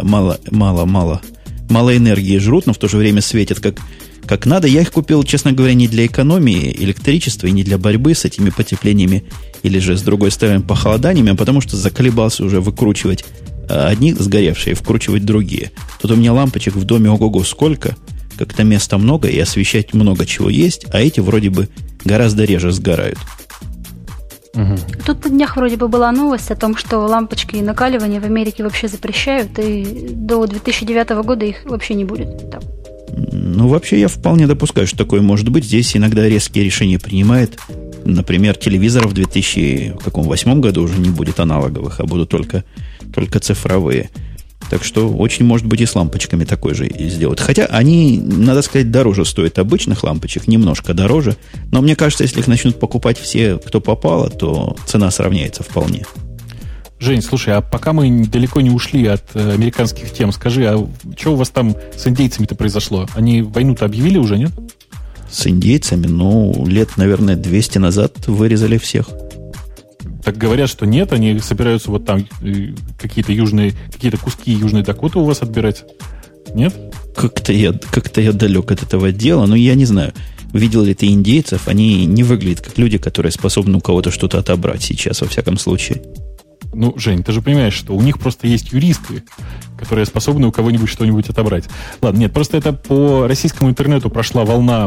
энергии жрут, но в то же время светят как надо. Я их купил, честно говоря, не для экономии электричества и не для борьбы с этими потеплениями или же, с другой стороны, похолоданиями, а потому что заколебался уже выкручивать одни сгоревшие, вкручивать другие. Тут у меня лампочек в доме ого-го сколько, как-то места много, и освещать много чего есть, а эти вроде бы гораздо реже сгорают. Угу. Тут на днях вроде бы была новость о том, что лампочки и накаливание в Америке вообще запрещают, и до 2009 года их вообще не будет там. Ну, вообще, я вполне допускаю, что такое может быть. Здесь иногда резкие решения принимает. Например, телевизоров в 2008 году уже не будет аналоговых, а будут только цифровые. Так что очень может быть и с лампочками такой же и сделать. Хотя они, надо сказать, дороже стоят обычных лампочек, немножко дороже. Но мне кажется, если их начнут покупать все, кто попало, то цена сравняется вполне. Жень, слушай, а пока мы далеко не ушли от американских тем, скажи, а что у вас там с индейцами-то произошло? Они войну-то объявили уже, нет? С индейцами? Ну, лет, наверное, 200 назад вырезали всех. Так говорят, что нет, они собираются вот там какие-то куски Южной Дакоты у вас отбирать. Нет? Как-то я далек от этого дела, но я не знаю, видел ли ты индейцев, они не выглядят как люди, которые способны у кого-то что-то отобрать сейчас, во всяком случае. Ну, Жень, ты же понимаешь, что у них просто есть юристы, которые способны у кого-нибудь что-нибудь отобрать. Ладно, нет, просто это по российскому интернету прошла волна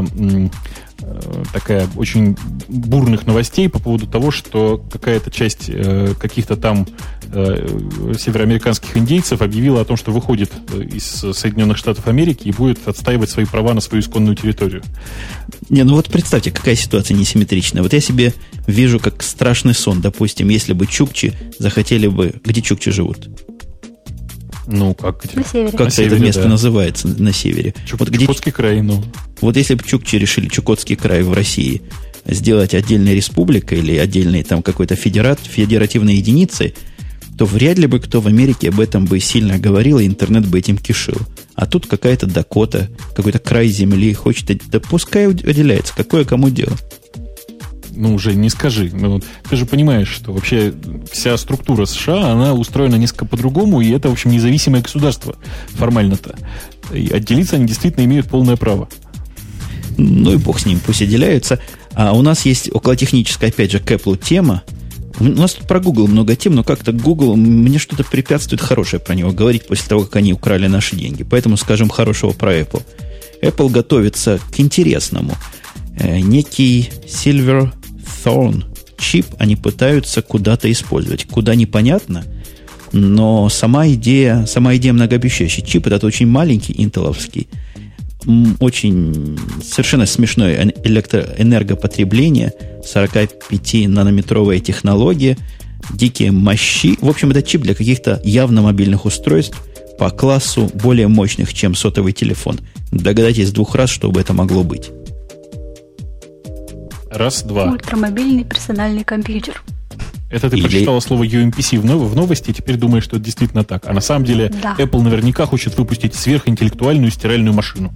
такая очень бурных новостей по поводу того, что какая-то часть каких-то там североамериканских индейцев объявила о том, что выходит из Соединенных Штатов Америки и будет отстаивать свои права на свою исконную территорию. Не, ну вот представьте, какая ситуация несимметричная. Вот я себе вижу как страшный сон, допустим, если бы чукчи захотели бы... Где чукчи живут? Ну, как где? На севере. Как это место называется на севере? Чукотский край, ну. Вот если бы чукчи решили Чукотский край в России сделать отдельной республикой или отдельной там какой-то федеративной единицей, то вряд ли бы кто в Америке об этом бы сильно говорил, и интернет бы этим кишил. А тут какая-то Дакота, какой-то край земли хочет... Да пускай отделяется, какое кому дело? Ну, уже не скажи. Ну, ты же понимаешь, что вообще вся структура США, она устроена несколько по-другому, и это, в общем, независимое государство формально-то. И отделиться они действительно имеют полное право. Ну и бог с ним, пусть отделяются. А у нас есть околотехническая, опять же, к Apple тема. У нас тут про Google много тем, но как-то Google мне что-то препятствует хорошее про него говорить после того, как они украли наши деньги. Поэтому скажем хорошего про Apple. Apple готовится к интересному. Некий Silverthorne чип они пытаются куда-то использовать. Куда непонятно, но сама идея многообещающая. Чип этот очень маленький, интеловский, очень совершенно смешное энергопотребление, 45-нанометровая технология, дикие мощи. В общем, это чип для каких-то явно мобильных устройств по классу более мощных, чем сотовый телефон. Догадайтесь 2 раз, чтобы это могло быть. Раз-два. Ультрамобильный персональный компьютер. Это ты прочитала слово UMPC в новости и теперь думаешь, что это действительно так. А на самом деле да. Apple наверняка хочет выпустить сверхинтеллектуальную стиральную машину.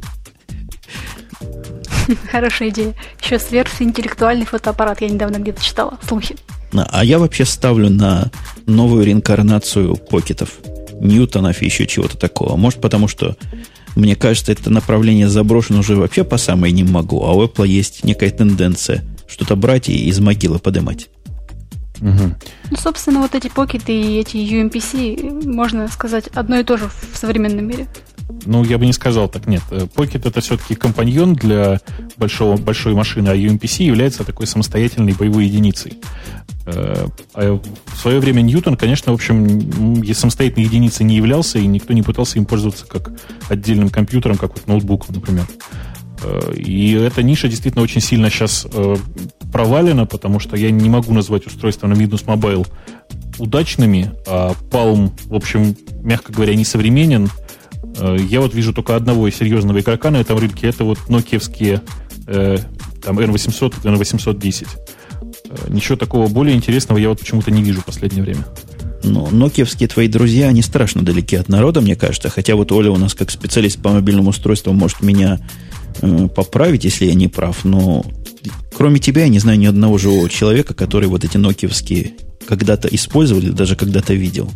Хорошая идея. Еще сверхинтеллектуальный фотоаппарат. Я недавно где-то читала. Слухи. А я вообще ставлю на новую реинкарнацию покетов, Ньютонов и еще чего-то такого. Может, потому что, мне кажется, это направление заброшено уже вообще по самой не могу. А у Apple есть некая тенденция что-то брать и из могилы поднимать. Угу. Ну, собственно, вот эти покеты и эти UMPC, можно сказать, одно и то же в современном мире. Ну, я бы не сказал так, нет. Pocket это все-таки компаньон для большой машины, а UMPC является такой самостоятельной боевой единицей. А в свое время Ньютон, конечно, в общем, самостоятельной единицей не являлся, и никто не пытался им пользоваться как отдельным компьютером, как вот ноутбуком, например. И эта ниша действительно очень сильно сейчас провалена, потому что я не могу назвать устройства на Windows Mobile удачными, а Palm, в общем, мягко говоря, несовременен. Я вот вижу только одного серьезного игрока на этом рынке. Это вот нокиевские там N800 и N810. Ничего такого более интересного я вот почему-то не вижу в последнее время. Но нокиевские твои друзья, они страшно далеки от народа, мне кажется. Хотя вот Оля у нас как специалист по мобильному устройству может меня поправить, если я не прав. Но кроме тебя я не знаю ни одного живого человека, который вот эти нокиевские когда-то использовал или даже когда-то видел.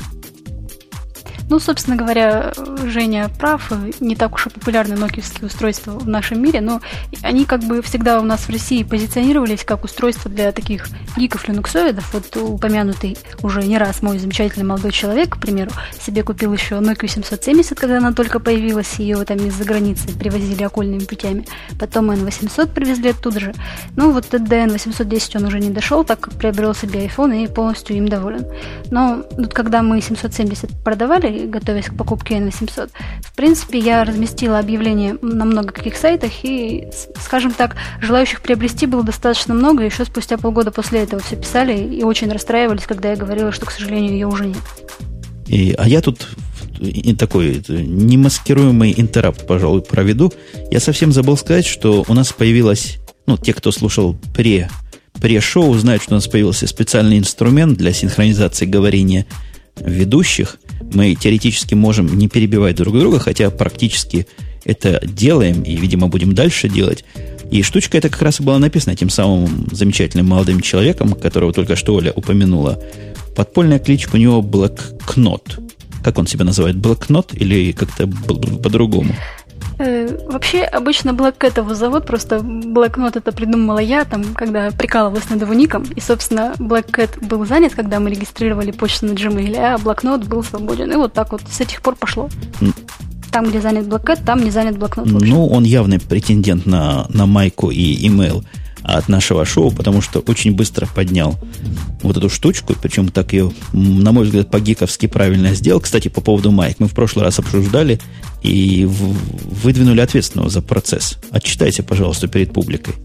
Ну, собственно говоря, Женя прав, не так уж и популярны нокиевские устройства в нашем мире, но они как бы всегда у нас в России позиционировались как устройства для таких гиков, линуксоидов. Вот упомянутый уже не раз мой замечательный молодой человек, к примеру, себе купил еще Nokia 770, когда она только появилась, ее там из-за границы привозили окольными путями. Потом N800 привезли оттуда же. Ну, вот до N810 он уже не дошел, так как приобрел себе iPhone и полностью им доволен. Но вот когда мы 770 продавали, готовясь к покупке N800, в принципе, я разместила объявление на много каких сайтах, и, скажем так, желающих приобрести было достаточно много, и еще спустя полгода после этого все писали и очень расстраивались, когда я говорила, что, к сожалению, ее уже нет. А я тут такой немаскируемый интеррапт, пожалуй, проведу. Я совсем забыл сказать, что у нас появилась, ну, те, кто слушал пре-шоу, знают, что у нас появился специальный инструмент для синхронизации говорения ведущих. Мы теоретически можем не перебивать друг друга, хотя практически это делаем и, видимо, будем дальше делать. И штучка эта как раз и была написана тем самым замечательным молодым человеком, которого только что Оля упомянула. Подпольная кличка у него Blacknot. Как он себя называет? Blacknot или как-то по-другому? Вообще, обычно Black Cat его зовут, просто Blacknot это придумала я, там, когда прикалывалась над его ником, и, собственно, Black Cat был занят, когда мы регистрировали почту на Gmail, а Blacknot был свободен. И вот так вот с этих пор пошло. Там, где занят Black Cat, там не занят Blacknot. Ну, он явный претендент на майку и имейл от нашего шоу, потому что очень быстро поднял вот эту штучку, причем так ее, на мой взгляд, по-гиковски правильно сделал. Кстати, по поводу маек мы в прошлый раз обсуждали и выдвинули ответственного за процесс. Отчитайте, пожалуйста, перед публикой.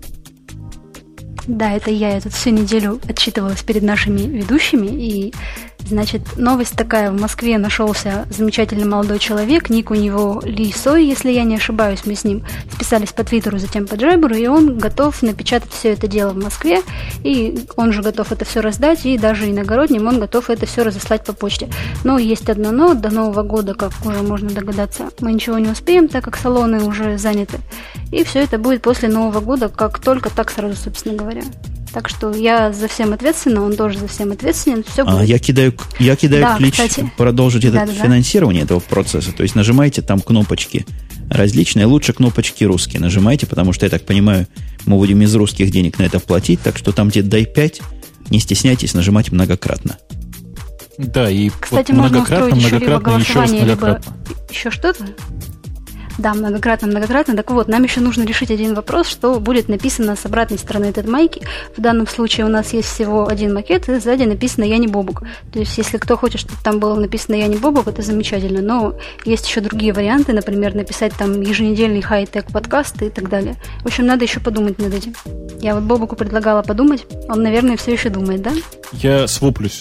Да, это я тут всю неделю отчитывалась перед нашими ведущими, и, значит, новость такая. В Москве нашелся замечательный молодой человек, ник у него Ли Сой, если я не ошибаюсь, мы с ним списались по Твиттеру, затем по Джайберу, и он готов напечатать все это дело в Москве, и он же готов это все раздать, и даже иногородним он готов это все разослать по почте. Но есть одно но, до Нового года, как уже можно догадаться, мы ничего не успеем, так как салоны уже заняты, и все это будет после Нового года, как только так сразу, собственно говоря. Так что я за всем ответственна, он тоже за всем ответственен. Все будет. Я кидаю клич, кстати, продолжить финансирование этого процесса. То есть нажимайте там кнопочки различные, лучше кнопочки русские нажимайте, потому что, я так понимаю, мы будем из русских денег на это платить, так что там где дай 5, не стесняйтесь нажимать многократно. Да, и кстати, вот можно устроить многократно, еще раз многократно. Еще что-то? Да, многократно. Так вот, нам еще нужно решить один вопрос, что будет написано с обратной стороны этой майки. В данном случае у нас есть всего один макет, и сзади написано «Я не Бобук». То есть, если кто хочет, чтобы там было написано «Я не Бобук», это замечательно. Но есть еще другие варианты, например, написать там еженедельный хай-тек подкаст и так далее. В общем, надо еще подумать над этим. Я вот Бобуку предлагала подумать. Он, наверное, все еще думает, да? Я своплюсь.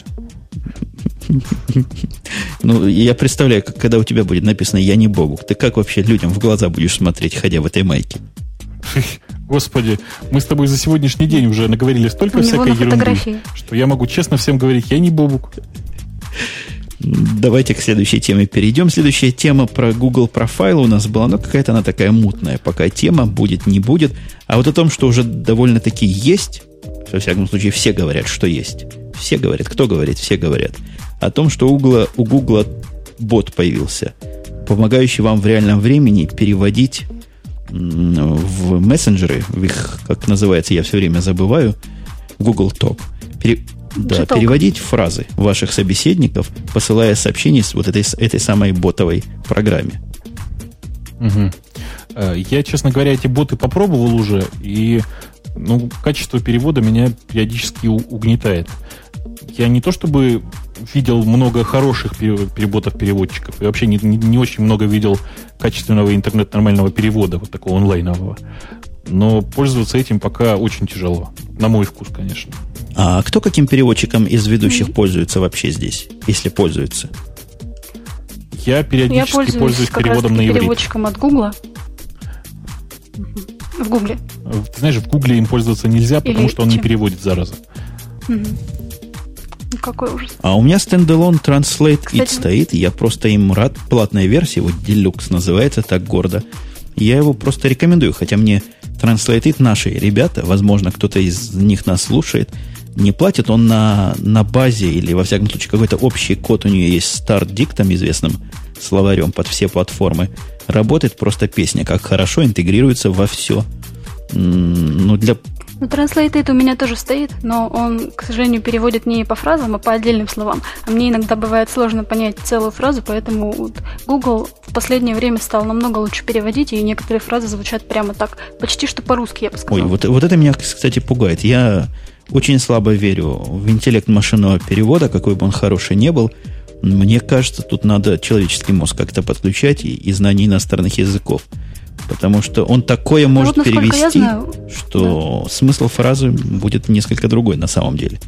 Ну, я представляю, когда у тебя будет написано «Я не Бобук», ты как вообще людям в глаза будешь смотреть, ходя в этой майке? Господи, мы с тобой за сегодняшний день уже наговорили столько всякой ерунды, что я могу честно всем говорить «Я не Бобук». Давайте к следующей теме перейдем. Следующая тема про Google Profile у нас была, но какая-то она такая мутная. Пока тема будет, не будет. А вот о том, что уже довольно-таки есть, во всяком случае, все говорят, что есть. Все говорят. Кто говорит? Все говорят. О том, что у Google бот появился, помогающий вам в реальном времени переводить в мессенджеры, в их, как называется, я все время забываю, Google Talk, переводить фразы ваших собеседников, посылая сообщения с вот этой самой ботовой программе. Угу. Я, честно говоря, эти боты попробовал уже, и качество перевода меня периодически угнетает. Я не то чтобы видел много хороших переботов-переводчиков, и вообще не очень много видел качественного интернет-нормального перевода, вот такого онлайнового. Но пользоваться этим пока очень тяжело. На мой вкус, конечно. А кто каким переводчиком из ведущих пользуется вообще здесь, если пользуется? Я периодически пользуюсь переводом на иврит. Переводчиком от Гугла. В Гугле. Ты знаешь, в Гугле им пользоваться нельзя, потому что он не переводит, зараза. Какой ужас. А у меня стендалон Translate It стоит, я просто им рад. Платная версия, вот Deluxe называется, так гордо. Я его просто рекомендую, хотя мне Translate It наши ребята, возможно, кто-то из них нас слушает, не платит, он на базе, или, во всяком случае, какой-то общий код у нее есть, StartDict, известным словарем под все платформы. Работает просто песня, как хорошо интегрируется во все. Translate It у меня тоже стоит, но он, к сожалению, переводит не по фразам, а по отдельным словам. А мне иногда бывает сложно понять целую фразу, поэтому Google в последнее время стал намного лучше переводить, и некоторые фразы звучат прямо так, почти что по-русски, я бы сказала. Ой, вот это меня, кстати, пугает. Я очень слабо верю в интеллект машинного перевода, какой бы он хороший ни был. Мне кажется, тут надо человеческий мозг как-то подключать и знание иностранных языков. Потому что он такое может перевести, что смысл фразы будет несколько другой на самом деле.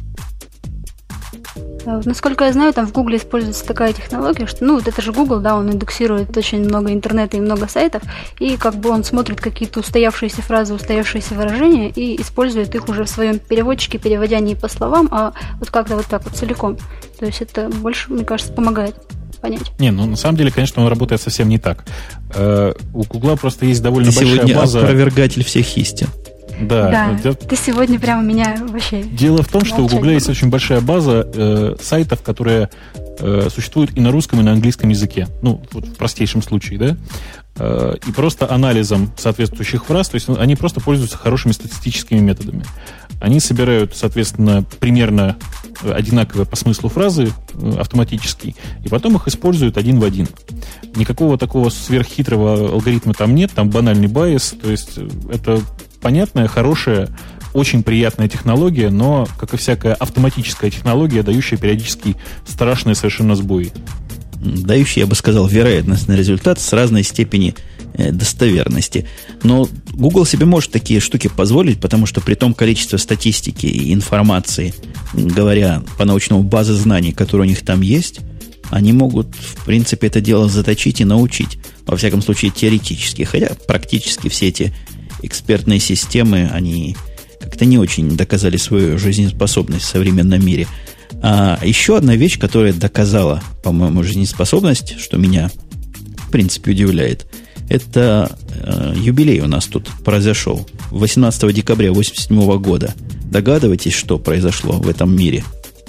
Насколько я знаю, там в Гугле используется такая технология, что, это же Google, да, он индексирует очень много интернета и много сайтов, и как бы он смотрит какие-то устоявшиеся фразы, устоявшиеся выражения, и использует их уже в своем переводчике, переводя не по словам, а вот как-то вот так вот целиком. То есть это больше, мне кажется, помогает понять. На самом деле, конечно, он работает совсем не так. У Гугла просто есть довольно большая сегодня база... опровергатель всех истин. Да, ты сегодня прямо меня вообще... Дело в том, что у Гугла есть очень большая база сайтов, которые существуют и на русском, и на английском языке. Вот в простейшем случае, да? И просто анализом соответствующих фраз, то есть они просто пользуются хорошими статистическими методами. Они собирают, соответственно, примерно одинаковые по смыслу фразы автоматически, и потом их используют один в один. Никакого такого сверххитрого алгоритма там нет, там банальный байс, то есть это понятная, хорошая, очень приятная технология, но, как и всякая автоматическая технология, дающая периодически страшные совершенно сбои. Дающий, я бы сказал, вероятностный результат с разной степени достоверности. Но Google себе может такие штуки позволить, потому что при том количестве статистики и информации, говоря по научному базе знаний, которые у них там есть, они могут, в принципе, это дело заточить и научить. Во всяком случае, теоретически. Хотя практически все эти экспертные системы, они как-то не очень доказали свою жизнеспособность в современном мире. А еще одна вещь, которая доказала, по-моему, жизнеспособность, что меня, в принципе, удивляет, это юбилей у нас тут произошел. 18 декабря 1987 года. Догадываетесь, что произошло в этом мире?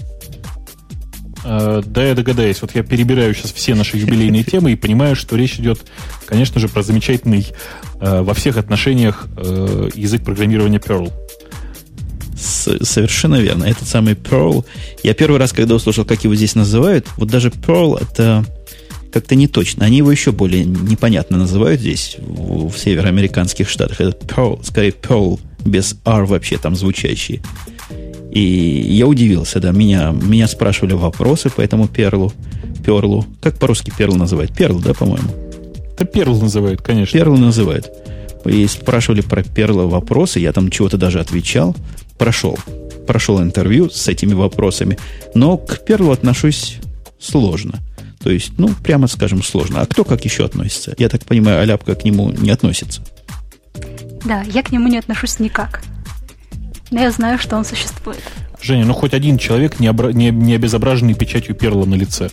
Да, я догадаюсь. Вот я перебираю сейчас все наши юбилейные темы и понимаю, что речь идет, конечно же, про замечательный во всех отношениях язык программирования Perl. Совершенно верно. Этот самый Perl. Я первый раз, когда услышал, как его здесь называют, вот даже Perl это как-то не точно. Они его еще более непонятно называют здесь, в североамериканских штатах. Это Perl, скорее Perl, без R вообще там звучащие. И я удивился, да. Меня спрашивали вопросы по этому Перлу. Как по-русски Перл называют? Перл, да, по-моему? Это Перл называют, конечно. Перл называют. И спрашивали про Перла вопросы, я там чего-то даже отвечал. Прошел интервью с этими вопросами. Но к Перлу отношусь сложно. То есть, прямо скажем, сложно. А кто как еще относится? Я так понимаю, Аляпка к нему не относится. Да, я к нему не отношусь никак. Но я знаю, что он существует. Женя, хоть один человек, не обезображенный печатью Перла на лице.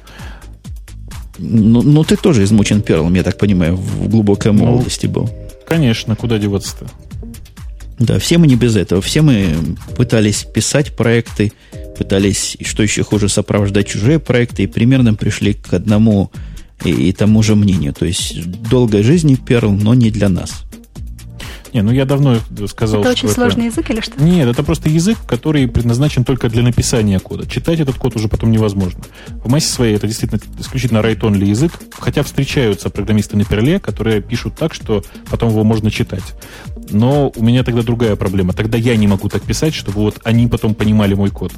Ты тоже измучен Перлом, я так понимаю, в глубокой молодости был. Конечно, куда деваться-то? Да, все мы не без этого. Все мы пытались писать проекты, пытались, что еще хуже, сопровождать чужие проекты, и примерно пришли к одному и тому же мнению. То есть долгой жизни Перл, но не для нас. Я давно сказал, это очень сложный язык или что? Нет, это просто язык, который предназначен только для написания кода. Читать этот код уже потом невозможно. В массе своей это действительно исключительно write-only язык, хотя встречаются программисты на Перле, которые пишут так, что потом его можно читать. Но у меня тогда другая проблема. Тогда я не могу так писать, чтобы вот они потом понимали мой код.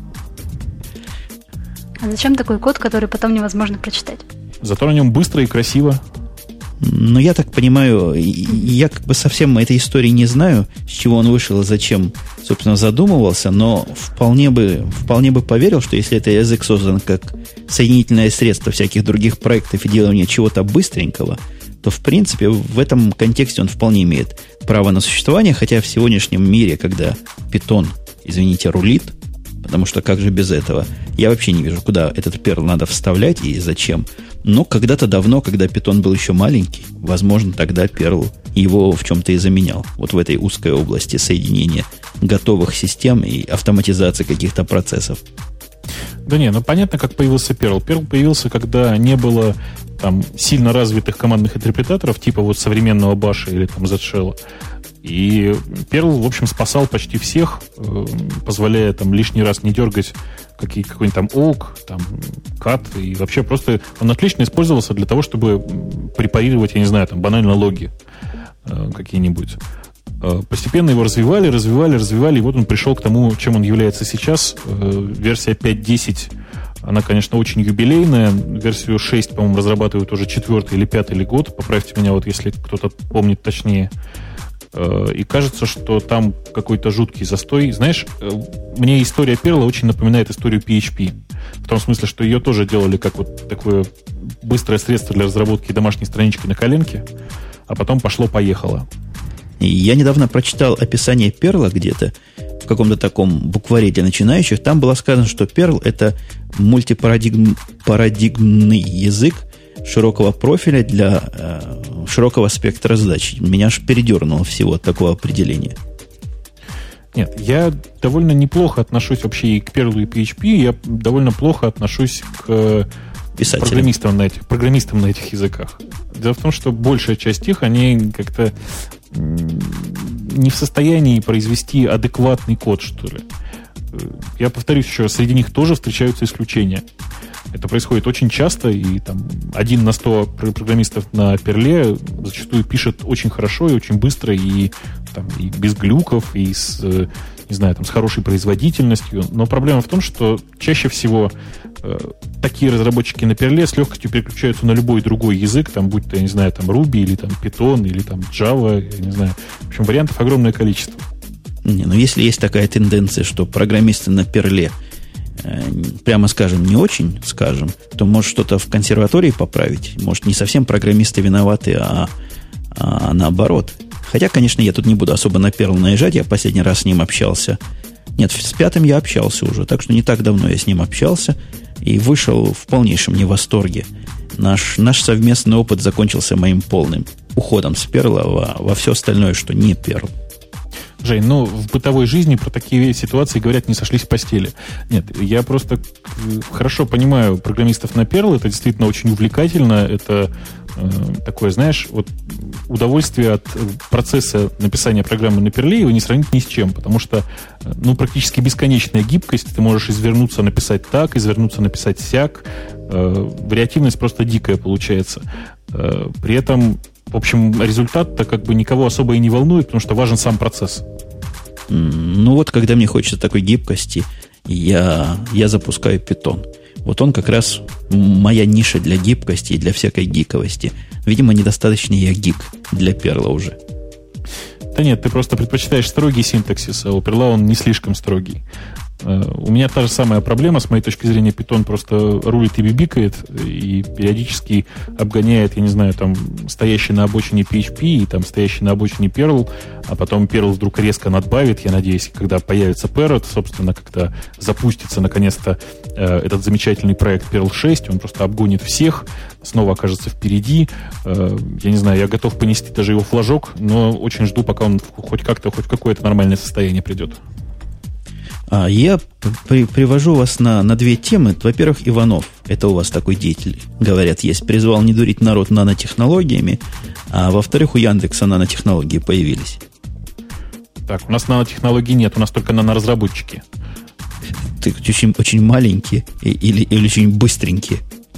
А зачем такой код, который потом невозможно прочитать? Зато на нем быстро и красиво. Но я так понимаю, я как бы совсем этой истории не знаю, с чего он вышел и зачем, собственно, задумывался, но вполне бы поверил, что если это язык создан как соединительное средство всяких других проектов и делания чего-то быстренького, то, в принципе, в этом контексте он вполне имеет право на существование, хотя в сегодняшнем мире, когда Python, извините, рулит, потому что как же без этого, я вообще не вижу, куда этот Perl надо вставлять и зачем. Но когда-то давно, когда Python был еще маленький, возможно, тогда Perl его в чем-то и заменял. Вот в этой узкой области соединения готовых систем и автоматизации каких-то процессов. Да не, ну понятно, как появился Perl. Perl появился, когда не было там сильно развитых командных интерпретаторов, типа вот современного Bash или там Z-Shell. И Perl, в общем, спасал почти всех, позволяя там лишний раз не дергать какой-нибудь там awk, там cat, и вообще просто он отлично использовался для того, чтобы препарировать, я не знаю, там банально логи какие-нибудь. Постепенно его развивали, и вот он пришел к тому, чем он является сейчас. Версия 5.10, она, конечно, очень юбилейная. Версию 6, по-моему, разрабатывают уже 4-й или 5-й год. Поправьте меня, вот если кто-то помнит точнее. И кажется, что там какой-то жуткий застой. Знаешь, мне история Perl очень напоминает историю PHP. В том смысле, что ее тоже делали как вот такое быстрое средство для разработки домашней странички на коленке, а потом пошло-поехало. Я недавно прочитал описание Perl где-то в каком-то таком букваре для начинающих. Там было сказано, что Perl — это мультипарадигмный язык широкого профиля для широкого спектра задач. Меня аж передернуло всего от такого определения. Нет, я довольно неплохо отношусь вообще и к Perl, и PHP. Я довольно плохо отношусь к программистам на этих языках. Дело в том, что большая часть их, они как-то не в состоянии произвести адекватный код, что ли. Я повторюсь еще, среди них тоже встречаются исключения. Это происходит очень часто, и там 1 на 100 программистов на Перле зачастую пишет очень хорошо и очень быстро, и без глюков, и с хорошей производительностью. Но проблема в том, что чаще всего такие разработчики на Перле с легкостью переключаются на любой другой язык, там, будь то, я не знаю, там Ruby, или там Python, или там Java, я не знаю. В общем, вариантов огромное количество. Но если есть такая тенденция, что программисты на Перле, прямо скажем, не очень, скажем, то может что-то в консерватории поправить. Может, не совсем программисты виноваты, а наоборот. Хотя, конечно, я тут не буду особо на Perl наезжать. Я последний раз с ним общался. Нет, с 5-м я общался уже, так что не так давно я с ним общался и вышел в полнейшем невосторге. Наш совместный опыт закончился моим полным уходом с Perl во все остальное, что не Perl. Жень, в бытовой жизни про такие ситуации, говорят, не сошлись в постели. Нет, я просто хорошо понимаю программистов на Perl, это действительно очень увлекательно, это такое, знаешь, вот удовольствие от процесса написания программы на Perl его не сравнить ни с чем, потому что, практически бесконечная гибкость, ты можешь извернуться, написать так, извернуться, написать сяк, вариативность просто дикая получается. При этом, в общем, результат-то как бы никого особо и не волнует, потому что важен сам процесс. Когда мне хочется такой гибкости, я запускаю Python. Вот он как раз моя ниша для гибкости и для всякой гиковости. Видимо, недостаточно я гик для Perl уже. Да нет, ты просто предпочитаешь строгий синтаксис, а у Perl он не слишком строгий. У меня та же самая проблема, с моей точки зрения, Python просто рулит и бибикает, и периодически обгоняет, я не знаю, там, стоящий на обочине PHP и там стоящий на обочине Perl, а потом Perl вдруг резко надбавит, я надеюсь, когда появится Parrot, собственно, когда запустится наконец-то этот замечательный проект Perl 6, он просто обгонит всех, снова окажется впереди. Я не знаю, я готов понести даже его флажок, но очень жду, пока он хоть в какое-то нормальное состояние придет. Я привожу вас на 2 темы. Во-первых, Иванов, это у вас такой деятель, говорят, есть, призвал не дурить народ нанотехнологиями, а во-вторых, у Яндекса нанотехнологии появились. Так, у нас нанотехнологий нет, у нас только наноразработчики. Ты очень, очень маленькие или очень быстренькие?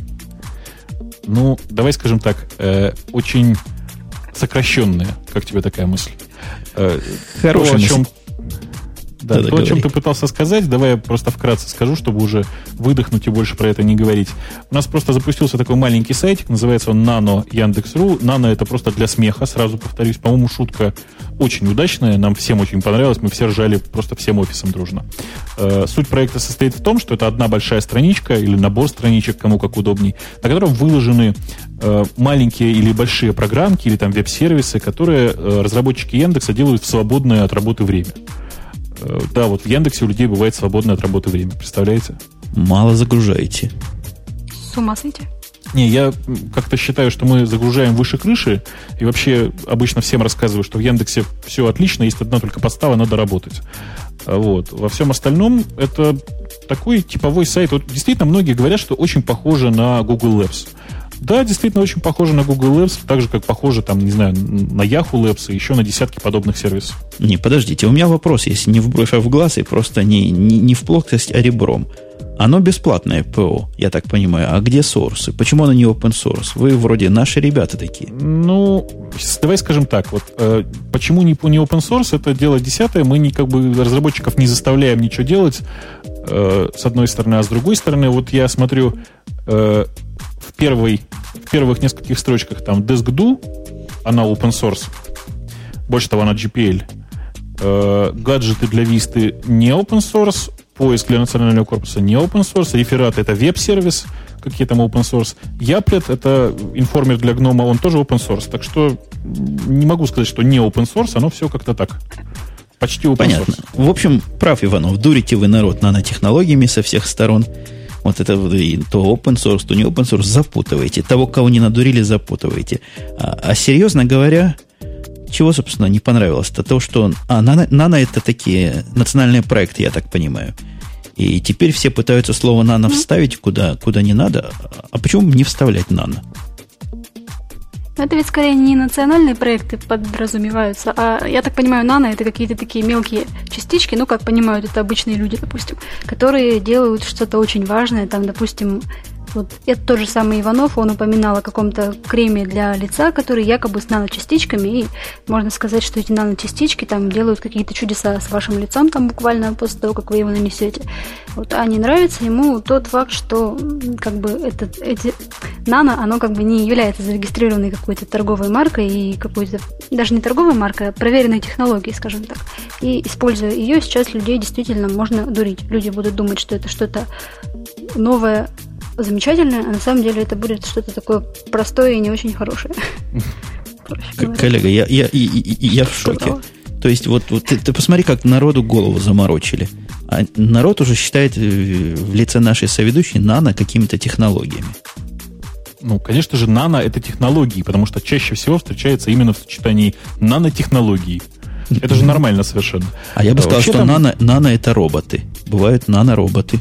Давай скажем так, очень сокращенные. Как тебе такая мысль? Хорошая мысль. Да, то, о чем ты пытался сказать, давай я просто вкратце скажу, чтобы уже выдохнуть и больше про это не говорить. У нас просто запустился такой маленький сайтик, называется он Nano Яндекс.ру. Nano это просто для смеха, сразу повторюсь. По-моему, шутка очень удачная, нам всем очень понравилась, мы все ржали просто всем офисом дружно. Суть проекта состоит в том, что это одна большая страничка или набор страничек, кому как удобней, на котором выложены маленькие или большие программки или там веб-сервисы, которые разработчики Яндекса делают в свободное от работы время. Да, вот в Яндексе у людей бывает свободное от работы время, представляете? Мало загружаете. С ума сойти. Не, я как-то считаю, что мы загружаем выше крыши, и вообще обычно всем рассказываю, что в Яндексе все отлично, есть одна только подстава, надо работать. Вот. Во всем остальном это такой типовой сайт. Вот действительно многие говорят, что очень похоже на Google Labs. Да, действительно очень похоже на Google Labs, так же, как похоже, там, не знаю, на Yahoo Labs и еще на десятки подобных сервисов. Не, подождите, у меня вопрос, если не в бровь, а в глаз, и просто не в плоскость, а ребром. Оно бесплатное ПО, я так понимаю. А где сорсы? Почему оно не open source? Вы вроде наши ребята такие. Ну, давай скажем так. Вот, почему не open source? Это дело десятое. Мы как бы разработчиков не заставляем ничего делать, с одной стороны. А с другой стороны, вот я смотрю в первых нескольких строчках там DeskDo, она open source. Больше того, она GPL. Гаджеты для Висты не open source. Поиск для национального корпуса не open source. Реферат — это веб-сервис, какие там open source. Яплет — это информер для гнома, он тоже open source. Так что не могу сказать, что не open source, оно все как-то так. Почти open Понятно. source. В общем, прав Иванов, дурите вы народ нанотехнологиями со всех сторон. Вот это то open source, то не open source, запутываете. Того, кого не надурили, запутываете. А серьезно говоря, чего, собственно, не понравилось-то? То, что нано это такие национальные проекты, я так понимаю. И теперь все пытаются слово нано вставить куда не надо. А почему не вставлять нано? Это ведь скорее не национальные проекты подразумеваются, а, я так понимаю, нано — это какие-то такие мелкие частички, ну, как понимают это обычные люди, допустим, которые делают что-то очень важное, там, допустим, вот это тот же самый Иванов, он упоминал о каком-то креме для лица, который якобы с наночастичками, и можно сказать, что эти наночастички там делают какие-то чудеса с вашим лицом, там буквально после того, как вы его нанесете. Вот, а не нравится ему тот факт, что как бы эти нано, оно как бы не является зарегистрированной какой-то торговой маркой и какой-то, даже не торговой маркой, а проверенной технологией, скажем так. И используя ее, сейчас людей действительно можно дурить. Люди будут думать, что это что-то новое, замечательное, а на самом деле это будет что-то такое простое и не очень хорошее. Коллега, я в шоке. То есть, вот ты посмотри, как народу голову заморочили. А народ уже считает в лице нашей соведущей нано какими-то технологиями. Ну, конечно же, нано — это технологии, потому что чаще всего встречается именно в сочетании нанотехнологий. Это же нормально совершенно. А я бы сказал, что нано это роботы. Бывают нанороботы.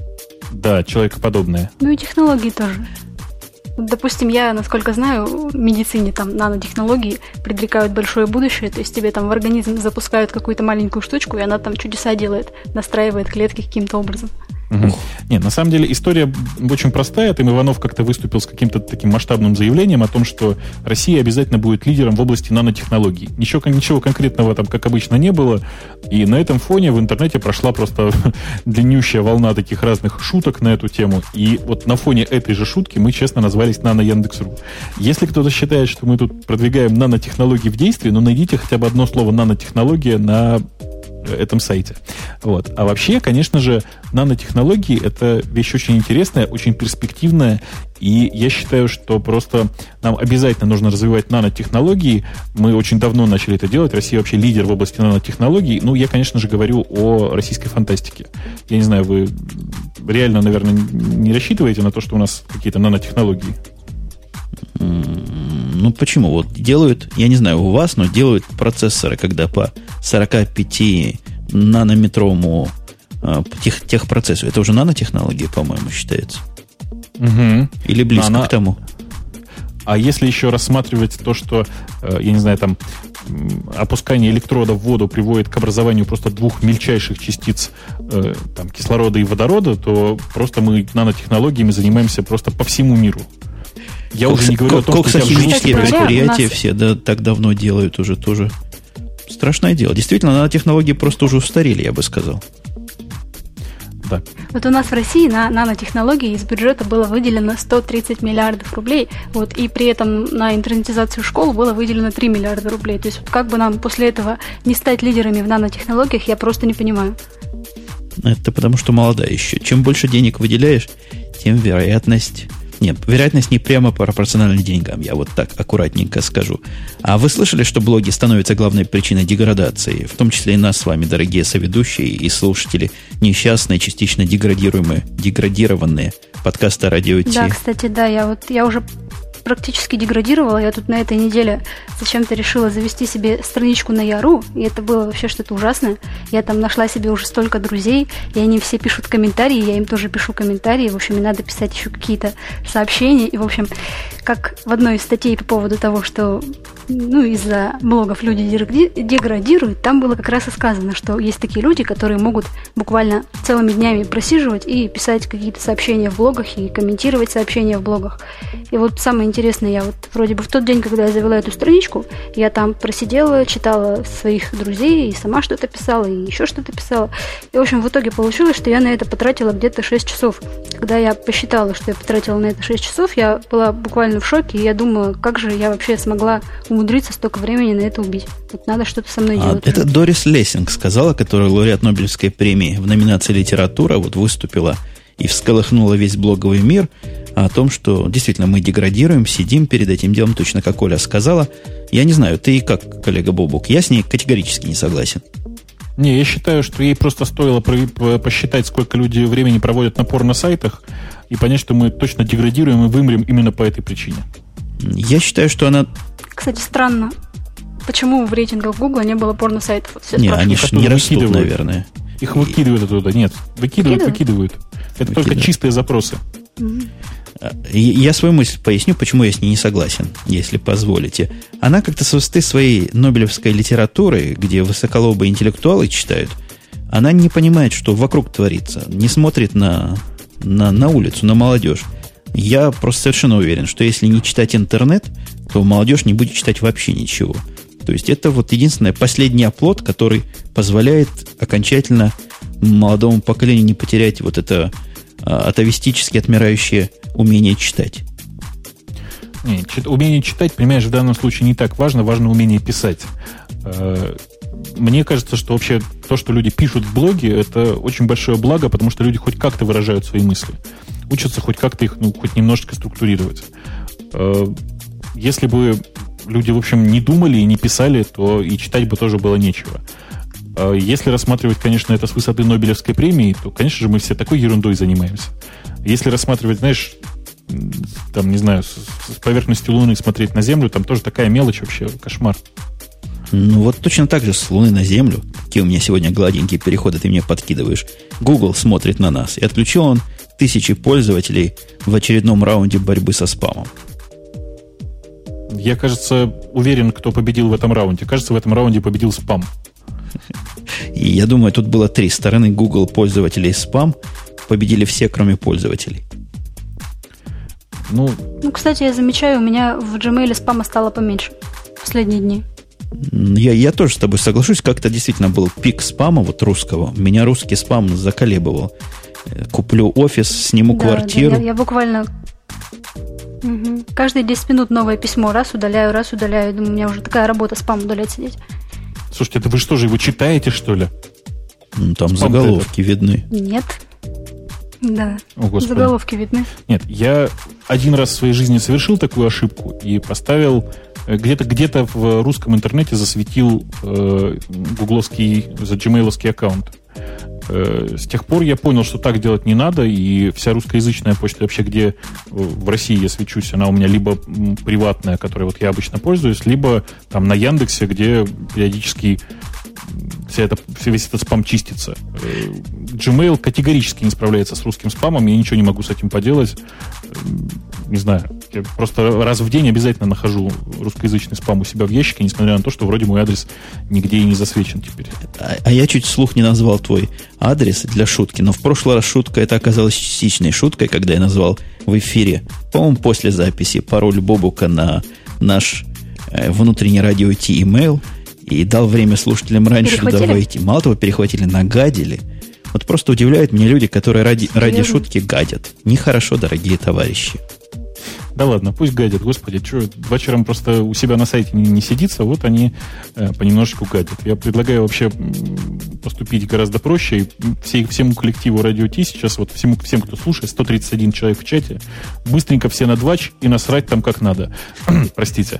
Да, человекоподобные. Ну и технологии тоже. Допустим, я, насколько знаю, в медицине там нанотехнологии предрекают большое будущее, то есть тебе там в организм запускают какую-то маленькую штучку, и она там чудеса делает, настраивает клетки каким-то образом. Угу. Нет, на самом деле история очень простая. Там Иванов как-то выступил с каким-то таким масштабным заявлением о том, что Россия обязательно будет лидером в области нанотехнологий. Ничего конкретного там, как обычно, не было. И на этом фоне в интернете прошла просто длиннющая волна таких разных шуток на эту тему. И вот на фоне этой же шутки мы честно назвались Nano Яндекс.ру. Если кто-то считает, что мы тут продвигаем нанотехнологии в действии, ну найдите хотя бы одно слово «нанотехнология» на этом сайте. Вот. А вообще, конечно же, нанотехнологии — это вещь очень интересная, очень перспективная, и я считаю, что просто нам обязательно нужно развивать нанотехнологии. Мы очень давно начали это делать. Россия вообще лидер в области нанотехнологий. Ну, я, конечно же, говорю о российской фантастике. Я не знаю, вы реально, наверное, не рассчитываете на то, что у нас какие-то нанотехнологии? Ну, почему? Вот делают, я не знаю, у вас, но делают процессоры, когда по 45 нанометровому техпроцессу. Это уже нанотехнология, по-моему, считается. Угу. Или близко к тому. А если еще рассматривать то, что, я не знаю, там опускание электрода в воду приводит к образованию просто двух мельчайших частиц там, кислорода и водорода, то просто мы нанотехнологиями занимаемся просто по всему миру. Я уже не говорю о том, что коксохимические предприятия все так давно делают уже тоже с страшное дело. Действительно, нанотехнологии просто уже устарели, я бы сказал. Да. Вот у нас в России на нанотехнологии из бюджета было выделено 130 миллиардов рублей, вот, и при этом на интернетизацию школ было выделено 3 миллиарда рублей. То есть вот как бы нам после этого не стать лидерами в нанотехнологиях, я просто не понимаю. Это потому, что молодая еще. Чем больше денег выделяешь, тем вероятность... Нет, вероятность не прямо пропорциональна деньгам, я вот так аккуратненько скажу. А вы слышали, что блоги становятся главной причиной деградации, в том числе и нас с вами, дорогие соведущие и слушатели, несчастные, частично деградированные подкасты Радио Ти? Да, кстати, да, я уже практически деградировала. Я тут на этой неделе зачем-то решила завести себе страничку на Яру, и это было вообще что-то ужасное. Я там нашла себе уже столько друзей, и они все пишут комментарии, я им тоже пишу комментарии. В общем, мне надо писать еще какие-то сообщения. И, в общем, как в одной из статей по поводу того, что из-за блогов люди деградируют, там было как раз и сказано, что есть такие люди, которые могут буквально целыми днями просиживать и писать какие-то сообщения в блогах и комментировать сообщения в блогах. И вот самое интересное, я вот вроде бы в тот день, когда я завела эту страничку, я там просидела, читала своих друзей, и сама что-то писала, и еще что-то писала. И, в общем, в итоге получилось, что я на это потратила где-то 6 часов. Когда я посчитала, что я потратила на это 6 часов, я была буквально в шоке, и я думала, как же я вообще смогла умудриться столько времени на это убить. Вот надо что-то со мной делать. Это Дорис Лессинг сказала, которая лауреат Нобелевской премии в номинации «Литература», вот выступила и всколыхнула весь блоговый мир о том, что действительно мы деградируем, сидим перед этим делом, точно как Оля сказала. Я не знаю, ты как, коллега Бобук? Я с ней категорически не согласен. Не, я считаю, что ей просто стоило посчитать, сколько люди времени проводят на порно-сайтах, и понять, что мы точно деградируем и вымрем именно по этой причине. Я считаю, что она... Кстати, странно. Почему в рейтингах Гугла не было порно-сайтов? Вот не, они же не растут, наверное. Их выкидывают оттуда. Нет, выкидывают. Это только чистые запросы. Я свою мысль поясню, почему я с ней не согласен, если позволите. Она как-то с высоты своей нобелевской литературы, где высоколобые интеллектуалы читают, она не понимает, что вокруг творится, не смотрит на улицу, на молодежь. Я просто совершенно уверен, что если не читать интернет, то молодежь не будет читать вообще ничего. То есть это вот единственный последний оплот, который позволяет окончательно молодому поколению не потерять вот это атовистически отмирающее умение читать. Нет, умение читать, понимаешь, в данном случае не так важно, важно умение писать. Мне кажется, что вообще то, что люди пишут в блоге, это очень большое благо, потому что люди хоть как-то выражают свои мысли. Учатся хоть как-то их, хоть немножечко структурировать. Если бы люди, в общем, не думали и не писали, то и читать бы тоже было нечего. Если рассматривать, конечно, это с высоты Нобелевской премии, то, конечно же, мы все такой ерундой занимаемся. Если рассматривать, знаешь, там, не знаю, с поверхности Луны смотреть на Землю, там тоже такая мелочь вообще, кошмар. Ну, вот точно так же с Луны на Землю, какие у меня сегодня гладенькие переходы ты мне подкидываешь, Google смотрит на нас, и отключил он тысячи пользователей в очередном раунде борьбы со спамом. Я, кажется, уверен, кто победил в этом раунде. Кажется, в этом раунде победил спам. И я думаю, тут было 3 стороны: Google, пользователи и спам. Победили все, кроме пользователей. Ну, кстати, я замечаю, у меня в Gmail спама стало поменьше в последние дни. Я тоже с тобой соглашусь. Как-то действительно был пик спама вот русского. Меня русский спам заколебывал. Куплю офис, сниму квартиру. Да, я буквально... Угу. Каждые 10 минут новое письмо. Раз удаляю. Думаю, у меня уже такая работа спам удалять сидеть. Слушайте, это вы что же, его читаете, что ли? Там спам заголовки видны. Нет. Да, заголовки видны. Нет, я один раз в своей жизни совершил такую ошибку и поставил, где-то в русском интернете засветил гугловский, gmail'овский аккаунт. С тех пор я понял, что так делать не надо, и вся русскоязычная почта вообще, где в России я свечусь, она у меня либо приватная, которой вот я обычно пользуюсь, либо там на Яндексе, где периодически весь этот спам чистится. Gmail категорически не справляется с русским спамом, я ничего не могу с этим поделать. Не знаю, я просто раз в день обязательно нахожу русскоязычный спам у себя в ящике, несмотря на то, что вроде мой адрес нигде и не засвечен теперь. А я чуть вслух не назвал твой адрес для шутки, но в прошлый раз шутка это оказалась частичной шуткой, когда я назвал в эфире, по-моему, после записи пароль Бобука на наш внутренний Радио Ти имейл. и дал время слушателям раньше туда войти. Мало того, перехватили, нагадили. Вот просто удивляют меня люди, которые ради шутки гадят. Нехорошо, дорогие товарищи. Да ладно, пусть гадят, господи, что, вечером просто у себя на сайте не сидится, вот они понемножечку гадят. Я предлагаю вообще поступить гораздо проще, и всему коллективу Радио Ти сейчас, вот всем, кто слушает, 131 человек в чате, быстренько все на двач и насрать там как надо. Простите.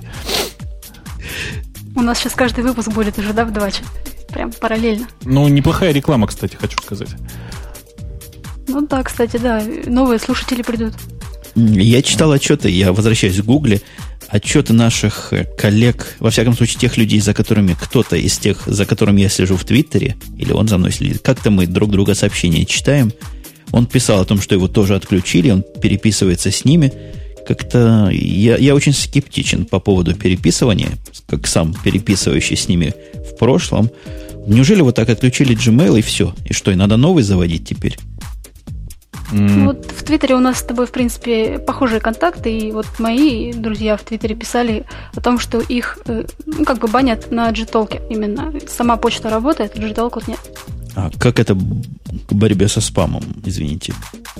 У нас сейчас каждый выпуск будет уже, да, в дваче? Прям параллельно. Ну, неплохая реклама, кстати, хочу сказать. Ну да, кстати, да, новые слушатели придут. Я читал отчеты, я возвращаюсь в Гугле, отчеты наших коллег, во всяком случае, тех людей, за которыми кто-то из тех, за которыми я слежу в Твиттере, или он за мной следит, как-то мы друг друга сообщения читаем. Он писал о том, что его тоже отключили, он переписывается с ними. Как-то я очень скептичен по поводу переписывания, как сам переписывающий с ними в прошлом. Неужели вот так отключили Gmail и все? И что, и надо новый заводить теперь? Вот в Твиттере у нас с тобой, в принципе, похожие контакты, и вот мои друзья в Твиттере писали о том, что их, как бы банят на Gtalk именно. Сама почта работает, Gtalk вот нет. А как это к борьбе со спамом, извините?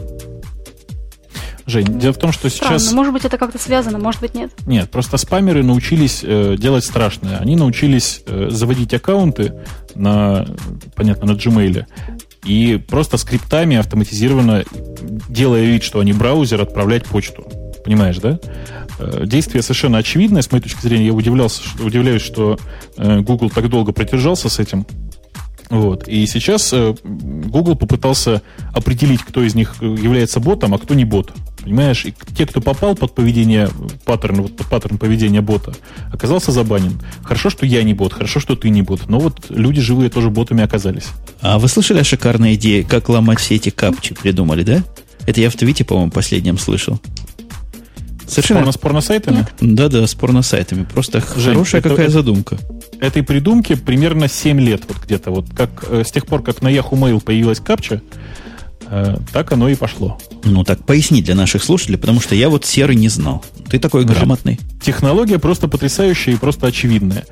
Жень, дело в том, что сейчас... Странно, может быть, это как-то связано, может быть, нет. Нет, просто спамеры научились делать страшное. Они научились заводить аккаунты понятно, на Gmail, и просто скриптами автоматизированно, делая вид, что они браузер, отправлять почту. Понимаешь, да? Действие совершенно очевидное. С моей точки зрения, я удивляюсь, что Google так долго продержался с этим. Вот. И сейчас Google попытался определить, кто из них является ботом, а кто не бот. Понимаешь? И те, кто попал под паттерн поведения бота, оказался забанен. Хорошо, что я не бот, хорошо, что ты не бот. Но вот люди живые тоже ботами оказались. А вы слышали о шикарной идее, как ломать все эти капчи? Придумали, да? Это я в твите, по-моему, последнем слышал. Совершенно... С порносайтами? Да, с порносайтами. Просто Жень, хорошая какая задумка. Этой придумке примерно 7 лет, вот где-то. Вот как с тех пор, как на Yahoo Mail появилась капча, так оно и пошло. Ну так поясни для наших слушателей, потому что я вот серый не знал. Ты такой грамотный. Технология просто потрясающая и просто очевидная.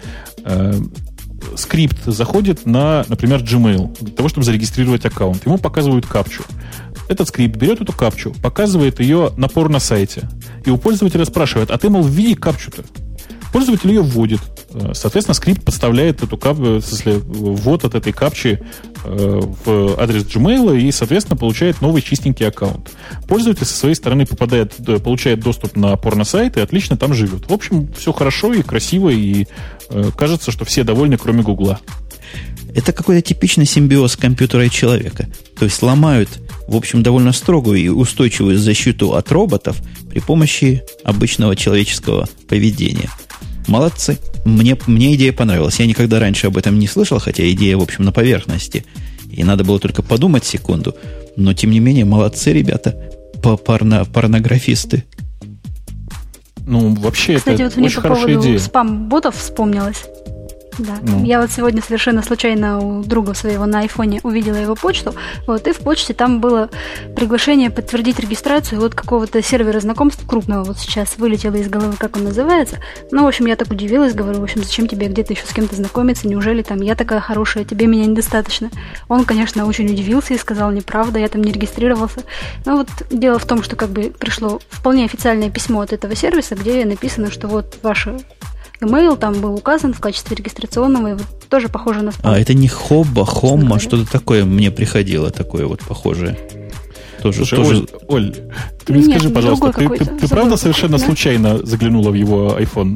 Скрипт заходит на, например, Gmail для того, чтобы зарегистрировать аккаунт. Ему показывают капчу. Этот скрипт берет эту капчу, показывает ее на порно-сайте. И у пользователя спрашивает, а ты, мол, введи капчу-то. Пользователь ее вводит. Соответственно, скрипт подставляет эту ввод от этой капчи в адрес Gmail и, соответственно, получает новый чистенький аккаунт. Пользователь со своей стороны получает доступ на порно-сайт и отлично там живет. В общем, все хорошо и красиво, и кажется, что все довольны, кроме Гугла. Это какой-то типичный симбиоз компьютера и человека. То есть ломают, в общем, довольно строгую и устойчивую защиту от роботов при помощи обычного человеческого поведения. Молодцы. Мне идея понравилась. Я никогда раньше об этом не слышал, хотя идея, в общем, на поверхности. И надо было только подумать секунду. Но, тем не менее, молодцы, ребята. Порнографисты. Ну, вообще, кстати, это вот очень хорошая идея. Кстати, вот мне по поводу спам-ботов вспомнилось. Да. Я вот сегодня совершенно случайно у друга своего на айфоне увидела его почту. Вот, и в почте там было приглашение подтвердить регистрацию вот какого-то сервера знакомств крупного. Вот сейчас вылетело из головы, как он называется. Ну, в общем, я так удивилась, говорю, в общем, зачем тебе где-то еще с кем-то знакомиться? Неужели там я такая хорошая, тебе меня недостаточно? Он, конечно, очень удивился и сказал, неправда, я там не регистрировался. Но вот дело в том, что как бы пришло вполне официальное письмо от этого сервиса, где написано, что вот ваше email там был указан в качестве регистрационного, и вот тоже похоже на спам. А это не хобба, хомма, что-то такое мне приходило, такое вот похожее. Тоже... Оль, ты мне скажи, пожалуйста, ты правда совершенно случайно заглянула в его iPhone?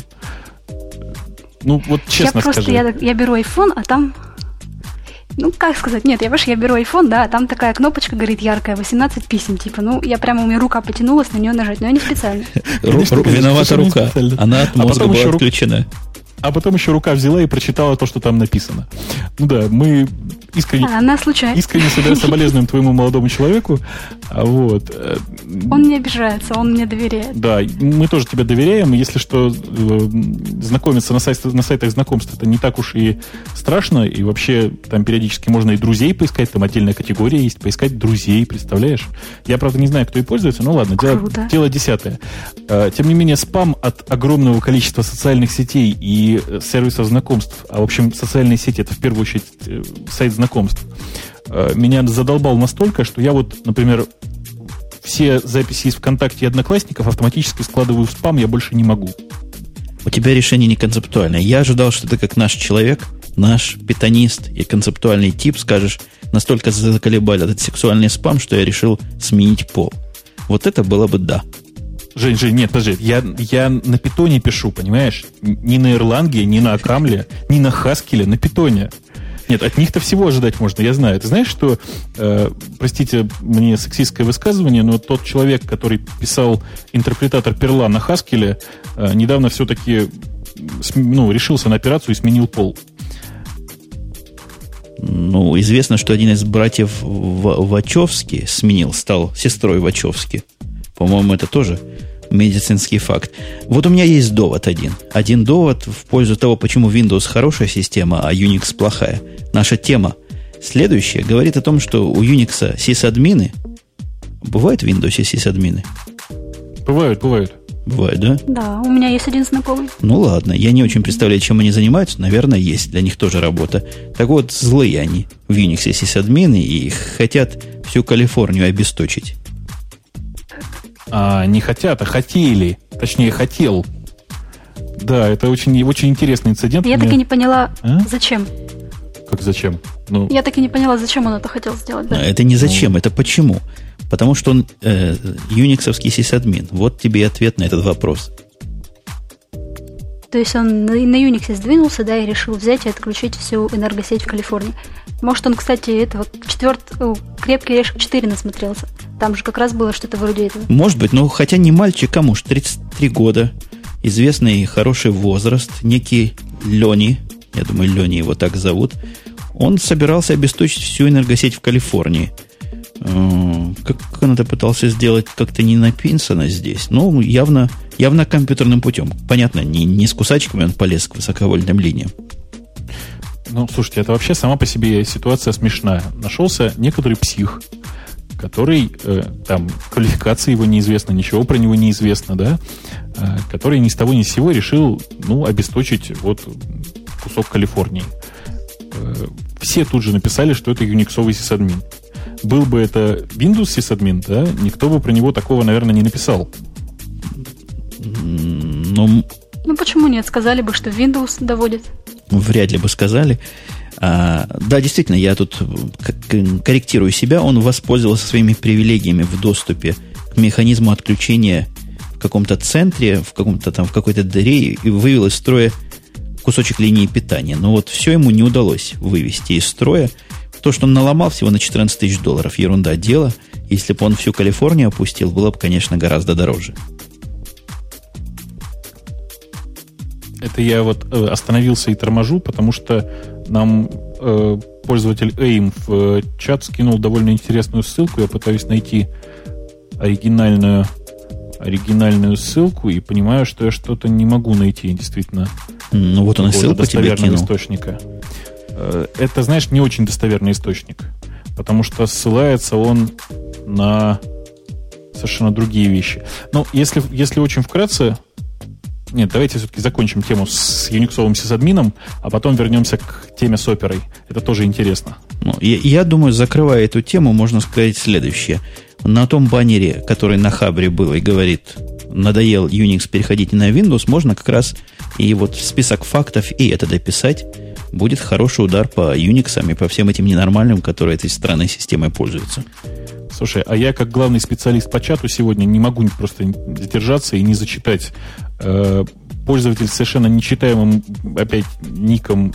Ну, вот честно скажи. Я беру iPhone, а там... Ну, как сказать? Нет, я беру iPhone, да, там такая кнопочка горит яркая, 18 писем, типа, ну, я прямо, у меня рука потянулась на нее нажать, но я не специально. Виновата рука, она от мозга была отключена. А потом еще рука взяла и прочитала то, что там написано. Ну да, мы искренне соболезнуем твоему молодому человеку. Вот. Он не обижается, он мне доверяет. Да, мы тоже тебе доверяем. Если что, знакомиться на сайтах знакомств это не так уж и страшно. И вообще там периодически можно и друзей поискать. Там отдельная категория есть. Поискать друзей, представляешь? Я, правда, не знаю, кто и пользуется. Ну ладно, дело десятое. Тем не менее, спам от огромного количества социальных сетей и сервисов знакомств, а в общем социальные сети это в первую очередь сайт знакомств, меня задолбал настолько, что я вот, например, все записи из ВКонтакте и Одноклассников автоматически складываю в спам, я больше не могу. У тебя решение не концептуальное. Я ожидал, что ты как наш человек, наш питонист и концептуальный тип скажешь, настолько заколебали этот сексуальный спам, что я решил сменить пол. Вот это было бы да. Жень, нет, подожди, я на питоне пишу, понимаешь? Не на Erlang, не на Акамле, не на Haskell, на питоне. Нет, от них-то всего ожидать можно, я знаю. Ты знаешь, что, простите мне сексистское высказывание, но тот человек, который писал интерпретатор перла на Haskell, недавно все-таки решился на операцию и сменил пол. Ну, известно, что один из братьев Вачовски стал сестрой Вачовски. По-моему, это тоже медицинский факт. Вот у меня есть довод один. Один довод в пользу того, почему Windows хорошая система, а Unix плохая. Наша тема следующая говорит о том, что у Unix сисадмины... Бывают в Windows сисадмины? Бывают. Бывают, да? Да, у меня есть один знакомый. Ну ладно, я не очень представляю, чем они занимаются. Наверное, есть для них тоже работа. Так вот, злые они в Unix сисадмины и хотят всю Калифорнию обесточить. Не хотят, а хотели. Точнее, хотел. Да, это очень, очень интересный инцидент. Я так и не поняла, зачем. Как зачем? Я так и не поняла, зачем он это хотел сделать. Да? Это не зачем, это почему. Потому что он юниксовский сисадмин. Вот тебе и ответ на этот вопрос. То есть он на Unix сдвинулся, да, и решил взять и отключить всю энергосеть в Калифорнии. Может, он, кстати, крепкий орешек 4 насмотрелся. Там же как раз было что-то вроде этого. Может быть, но хотя не мальчик, а муж, 33 года, известный хороший возраст, некий Лени, я думаю, Лени его так зовут, он собирался обесточить всю энергосеть в Калифорнии. Как он это пытался сделать, как-то не написано здесь. Ну, явно компьютерным путем. Понятно, не с кусачками он полез к высоковольтным линиям. Ну, слушайте, это вообще сама по себе ситуация смешная. Нашелся некоторый псих, который, там, квалификация его неизвестна, ничего про него неизвестно, да, который ни с того ни с сего решил, обесточить вот кусок Калифорнии. Все тут же написали, что это юниксовый сисадмин. Был бы это Windows сисадмин, да, никто бы про него такого, наверное, не написал. Ну, почему нет? Сказали бы, что Windows доводит. Вряд ли бы сказали. Да, действительно, я тут корректирую себя. Он воспользовался своими привилегиями в доступе к механизму отключения в каком-то центре, в какой-то дыре и вывел из строя кусочек линии питания. Но вот все ему не удалось вывести из строя. То, что он наломал всего на $14 тысяч, ерунда дело. Если бы он всю Калифорнию опустил, было бы, конечно, гораздо дороже. Это я вот остановился и торможу, потому что нам пользователь AIM в чат скинул довольно интересную ссылку. Я пытаюсь найти оригинальную ссылку и понимаю, что я что-то не могу найти, действительно. Ну вот он и ссылку тебе кинул. Источника. Это, знаешь, не очень достоверный источник, потому что ссылается он на совершенно другие вещи. Но если очень вкратце... Нет, давайте все-таки закончим тему с юниксовым сисадмином, а потом вернемся к теме с оперой. Это тоже интересно. Я думаю, закрывая эту тему, можно сказать следующее. На том баннере, который на Хабре был и говорит, надоел Unix, переходите на Windows, можно как раз и вот в список фактов и это дописать. Будет хороший удар по Unix и по всем этим ненормальным, которые этой странной системой пользуются. Слушай, а я как главный специалист по чату сегодня не могу просто задержаться и не зачитать. Пользователь с совершенно нечитаемым опять ником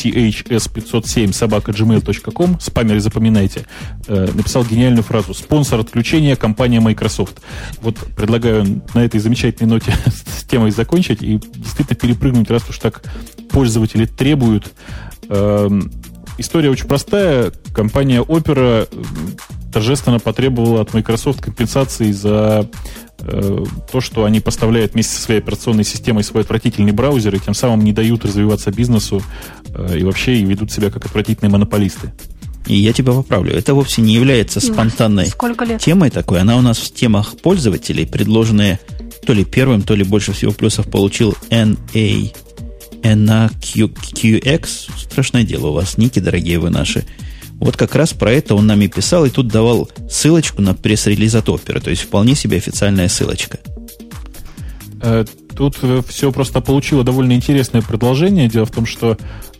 mchs507@gmail.com, спамеры запоминайте, написал гениальную фразу: спонсор отключения — компания Microsoft. Вот предлагаю на этой замечательной ноте с темой закончить и действительно перепрыгнуть, раз уж так пользователи требуют, история очень простая. Компания Opera торжественно потребовала от Microsoft компенсации за то, что они поставляют вместе со своей операционной системой свой отвратительный браузер и тем самым не дают развиваться бизнесу и вообще и ведут себя как отвратительные монополисты. И я тебя поправлю. Это вовсе не является спонтанной темой такой. Она у нас в темах пользователей, предложенная то ли первым, то ли больше всего плюсов получил NAQX. Страшное дело у вас, ники, дорогие вы наши. Вот как раз про это он нам и писал, и тут давал ссылочку на пресс-релиз от Opera. То есть вполне себе официальная ссылочка. Тут все просто получило довольно интересное продолжение. Дело в том, что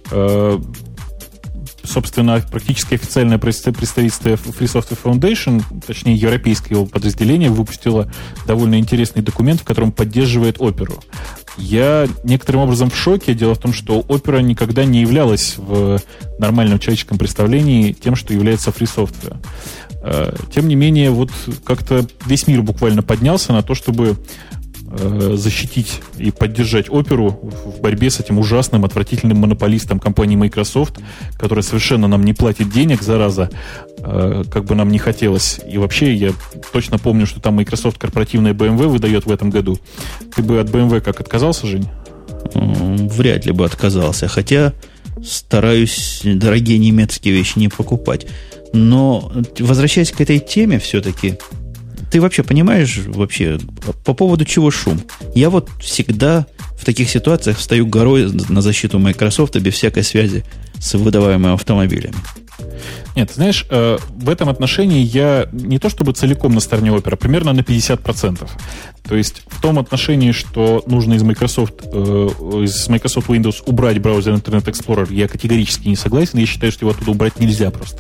собственно, практически официальное представительство Free Software Foundation, точнее, европейское его подразделение, выпустило довольно интересный документ, в котором поддерживает Opera. Я некоторым образом в шоке. Дело в том, что Opera никогда не являлась в нормальном человеческом представлении тем, что является Free Software. Тем не менее, вот как-то весь мир буквально поднялся на то, чтобы защитить и поддержать Opera в борьбе с этим ужасным, отвратительным монополистом компании Microsoft, которая совершенно нам не платит денег, зараза, как бы нам не хотелось. И вообще, я точно помню, что там Microsoft корпоративная BMW выдает в этом году. Ты бы от BMW как отказался, Жень? Вряд ли бы отказался. Хотя стараюсь дорогие немецкие вещи не покупать. Но, возвращаясь к этой теме, все-таки... Ты вообще понимаешь, вообще, по поводу чего шум? Я вот всегда в таких ситуациях встаю горой на защиту Microsoft без всякой связи с выдаваемыми автомобилями. Нет, знаешь, в этом отношении я не то чтобы целиком на стороне Opera, примерно на 50%. То есть в том отношении, что нужно из Microsoft Windows убрать браузер Internet Explorer, я категорически не согласен. Я считаю, что его оттуда убрать нельзя просто.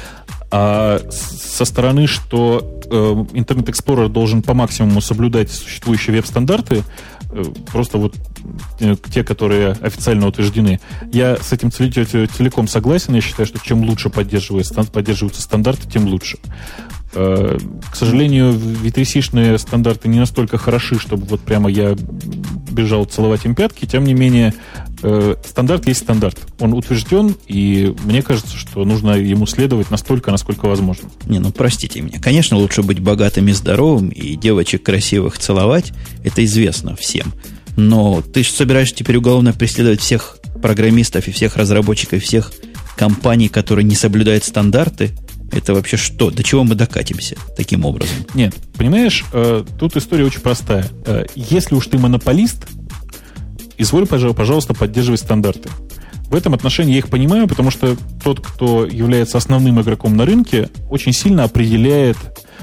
А со стороны, что Internet Explorer должен по максимуму соблюдать существующие веб-стандарты, просто вот те, которые официально утверждены, я с этим целиком согласен. Я считаю, что чем лучше поддерживаются стандарты, тем лучше. К сожалению, V3C-шные стандарты не настолько хороши, чтобы вот прямо я бежал целовать им пятки. Тем не менее, стандарт есть стандарт. Он утвержден, и мне кажется, что нужно ему следовать настолько, насколько возможно. Простите меня. Конечно, лучше быть богатым и здоровым, и девочек красивых целовать. Это известно всем. Но ты же собираешься теперь уголовно преследовать всех программистов и всех разработчиков, и всех компаний, которые не соблюдают стандарты. Это вообще что? До чего мы докатимся таким образом? Нет, понимаешь, тут история очень простая. Если уж ты монополист, изволь, пожалуйста, поддерживать стандарты. В этом отношении я их понимаю, потому что тот, кто является основным игроком на рынке, очень сильно определяет,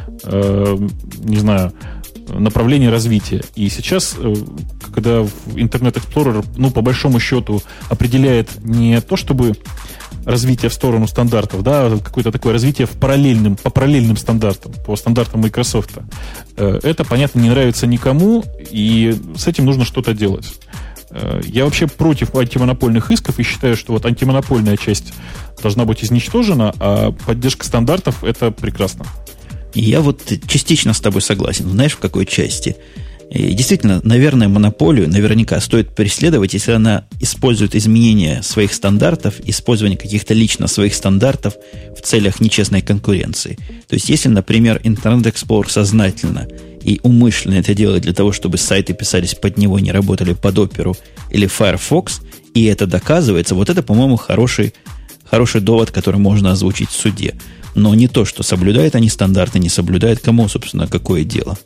направление развития. И сейчас, когда Internet Explorer, по большому счету, определяет не то, чтобы развитие в сторону стандартов, да, какое-то такое развитие по параллельным стандартам, по стандартам Microsoft. Это, понятно, не нравится никому, и с этим нужно что-то делать. Я вообще против антимонопольных исков и считаю, что вот антимонопольная часть должна быть изничтожена, а поддержка стандартов – это прекрасно. Я вот частично с тобой согласен. Знаешь, в какой части? И действительно, наверное, монополию наверняка стоит преследовать, если она использует изменения своих стандартов, использование каких-то лично своих стандартов в целях нечестной конкуренции. То есть, если, например, Internet Explorer сознательно и умышленно это делает для того, чтобы сайты писались под него, не работали под Opera или Firefox, и это доказывается, вот это, по-моему, хороший довод, который можно озвучить в суде. Но не то, что соблюдают они стандарты, не соблюдают, кому, собственно, какое дело.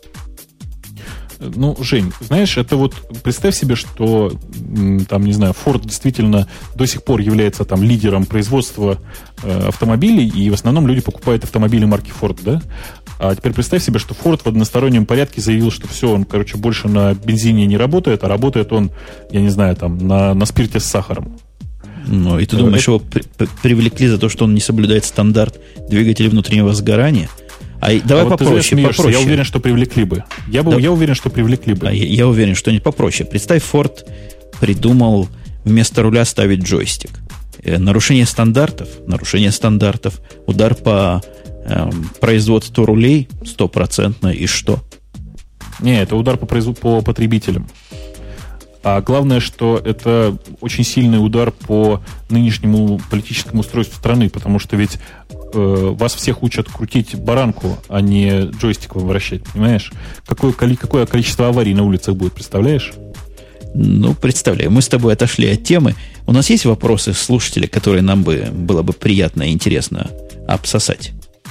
Жень, знаешь, это вот представь себе, что Ford действительно до сих пор является лидером производства автомобилей, и в основном люди покупают автомобили марки Ford, да? А теперь представь себе, что Ford в одностороннем порядке заявил, что все, он, больше на бензине не работает, а работает он, на спирте с сахаром. И ты думаешь, его привлекли за то, что он не соблюдает стандарт двигателя внутреннего сгорания? Давай попроще. Я уверен, что привлекли бы. Я уверен, что привлекли бы. Я уверен, что не попроще. Представь, Ford придумал вместо руля ставить джойстик. Нарушение стандартов, удар по производству рулей 100%, и что? Не, это удар по потребителям. А главное, что это очень сильный удар по нынешнему политическому устройству страны, потому что ведь вас всех учат крутить баранку, а не джойстиком вращать, понимаешь? Какое количество аварий на улицах будет, представляешь? Ну, представляю. Мы с тобой отошли от темы. У нас есть вопросы слушателей, которые нам было бы приятно и интересно обсосать?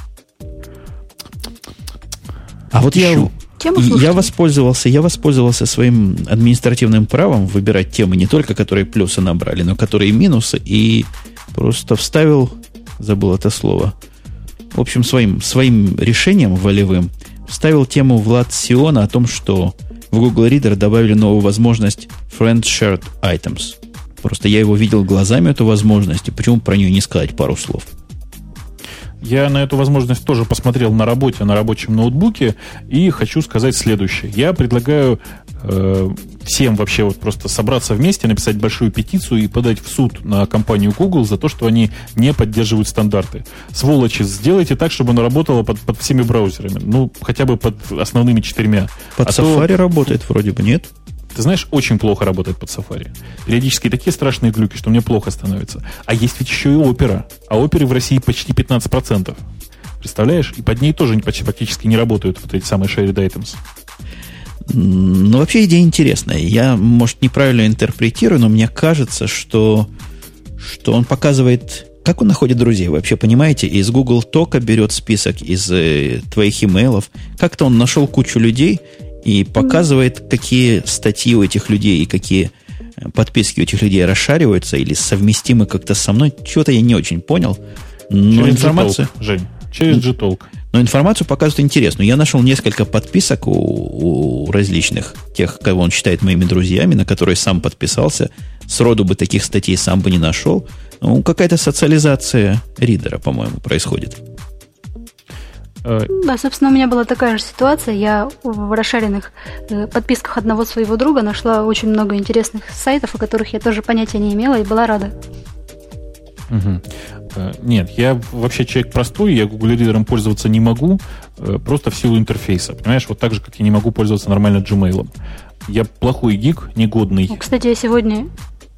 А вот я воспользовался своим административным правом выбирать темы не только, которые плюсы набрали, но которые минусы, и просто вставил, забыл это слово, в общем, своим решением волевым вставил тему Влад Сиона о том, что в Google Reader добавили новую возможность Friend Shared Items. Просто я его видел глазами, эту возможность, и почему про нее не сказать пару слов? Я на эту возможность тоже посмотрел на работе, на рабочем ноутбуке, и хочу сказать следующее. Я предлагаю всем вообще вот просто собраться вместе, написать большую петицию и подать в суд на компанию Google за то, что они не поддерживают стандарты. Сволочи, сделайте так, чтобы оно работало под всеми браузерами. Ну, хотя бы под основными 4. Под Safari работает вроде бы, нет? Ты знаешь, очень плохо работает под Safari. Периодически такие страшные глюки, что мне плохо становится. А есть ведь еще и Opera. А Opera в России почти 15%. Представляешь? И под ней тоже практически не работают вот эти самые shared items. Ну, вообще идея интересная. Я, может, неправильно интерпретирую, но мне кажется, что он показывает, как он находит друзей. Вообще, понимаете, из Google Тока берет список из твоих имейлов. Как-то он нашел кучу людей и показывает, какие статьи у этих людей и какие подписки у этих людей расшариваются или совместимы как-то со мной. Чего-то я не очень понял. Но через информация... Gtalk, Жень, через Gtalk. Но информацию показывают интересную. Я нашел несколько подписок у различных тех, кого он считает моими друзьями, на которые сам подписался. Сроду бы таких статей сам бы не нашел. Ну, какая-то социализация ридера, по-моему, происходит. Да, собственно, у меня была такая же ситуация. Я в расширенных подписках одного своего друга нашла очень много интересных сайтов, о которых я тоже понятия не имела и была рада. Угу. Нет, я вообще человек простой, я Google Reader пользоваться не могу, просто в силу интерфейса. Понимаешь, вот так же, как я не могу пользоваться нормально Gmail. Я плохой гик, негодный. Ну, кстати, я сегодня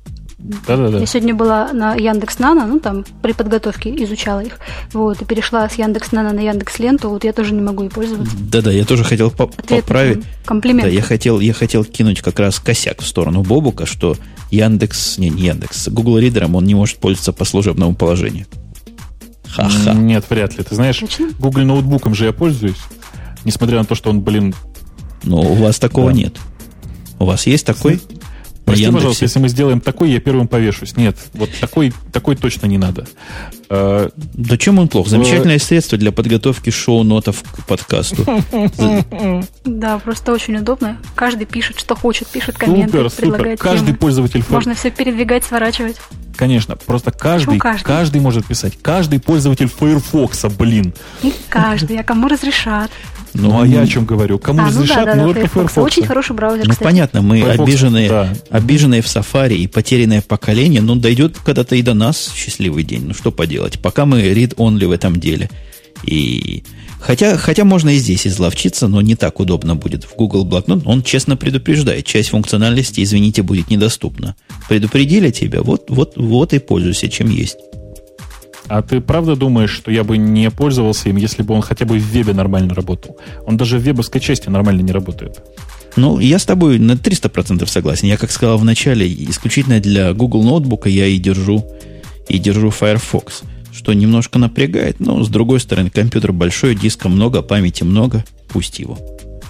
была на Яндекс.Нано, ну, там, при подготовке изучала их, вот, и перешла с Яндекс.Нано на Яндекс.Ленту, вот я тоже не могу ей пользоваться. Да-да, я тоже хотел поправить. Комплимент. Да, я хотел кинуть как раз косяк в сторону Бобука, что Google Reader он не может пользоваться по служебному положению. Ха-ха. Нет, вряд ли. Ты знаешь, Точно? Google ноутбуком же я пользуюсь, несмотря на то, что он, Но у вас такого нет. У вас есть такой? Прости, пожалуйста, если мы сделаем такой, я первым повешусь. Нет, вот такой точно не надо. Да чем он плох? Замечательное средство для подготовки шоу-нотов к подкасту. Да, просто очень удобно. Каждый пишет, что хочет, пишет комменты, предлагает темы. Каждый пользователь... Можно все передвигать, сворачивать. Конечно, просто каждый может писать. Каждый пользователь Firefox, блин. Не каждый, а кому разрешат. Ну, а я о чем говорю? Кому разрешат, да, только Firefox. Очень хороший браузер, кстати. Понятно, мы Firefox, обиженные в Safari и потерянное поколение, дойдет когда-то и до нас счастливый день. Ну, что поделать. Пока мы read-only в этом деле. И... Хотя можно и здесь изловчиться, но не так удобно будет. В Google Блокнот он честно предупреждает. Часть функциональности, извините, будет недоступна. Предупредили тебя, вот и пользуйся, чем есть. А ты правда думаешь, что я бы не пользовался им, если бы он хотя бы в вебе нормально работал? Он даже в вебовской части нормально не работает. Ну, я с тобой на 300% согласен. Я, как сказал в начале, исключительно для Google ноутбука я и держу Firefox, что немножко напрягает, но, с другой стороны, компьютер большой, диска много, памяти много, пусть его.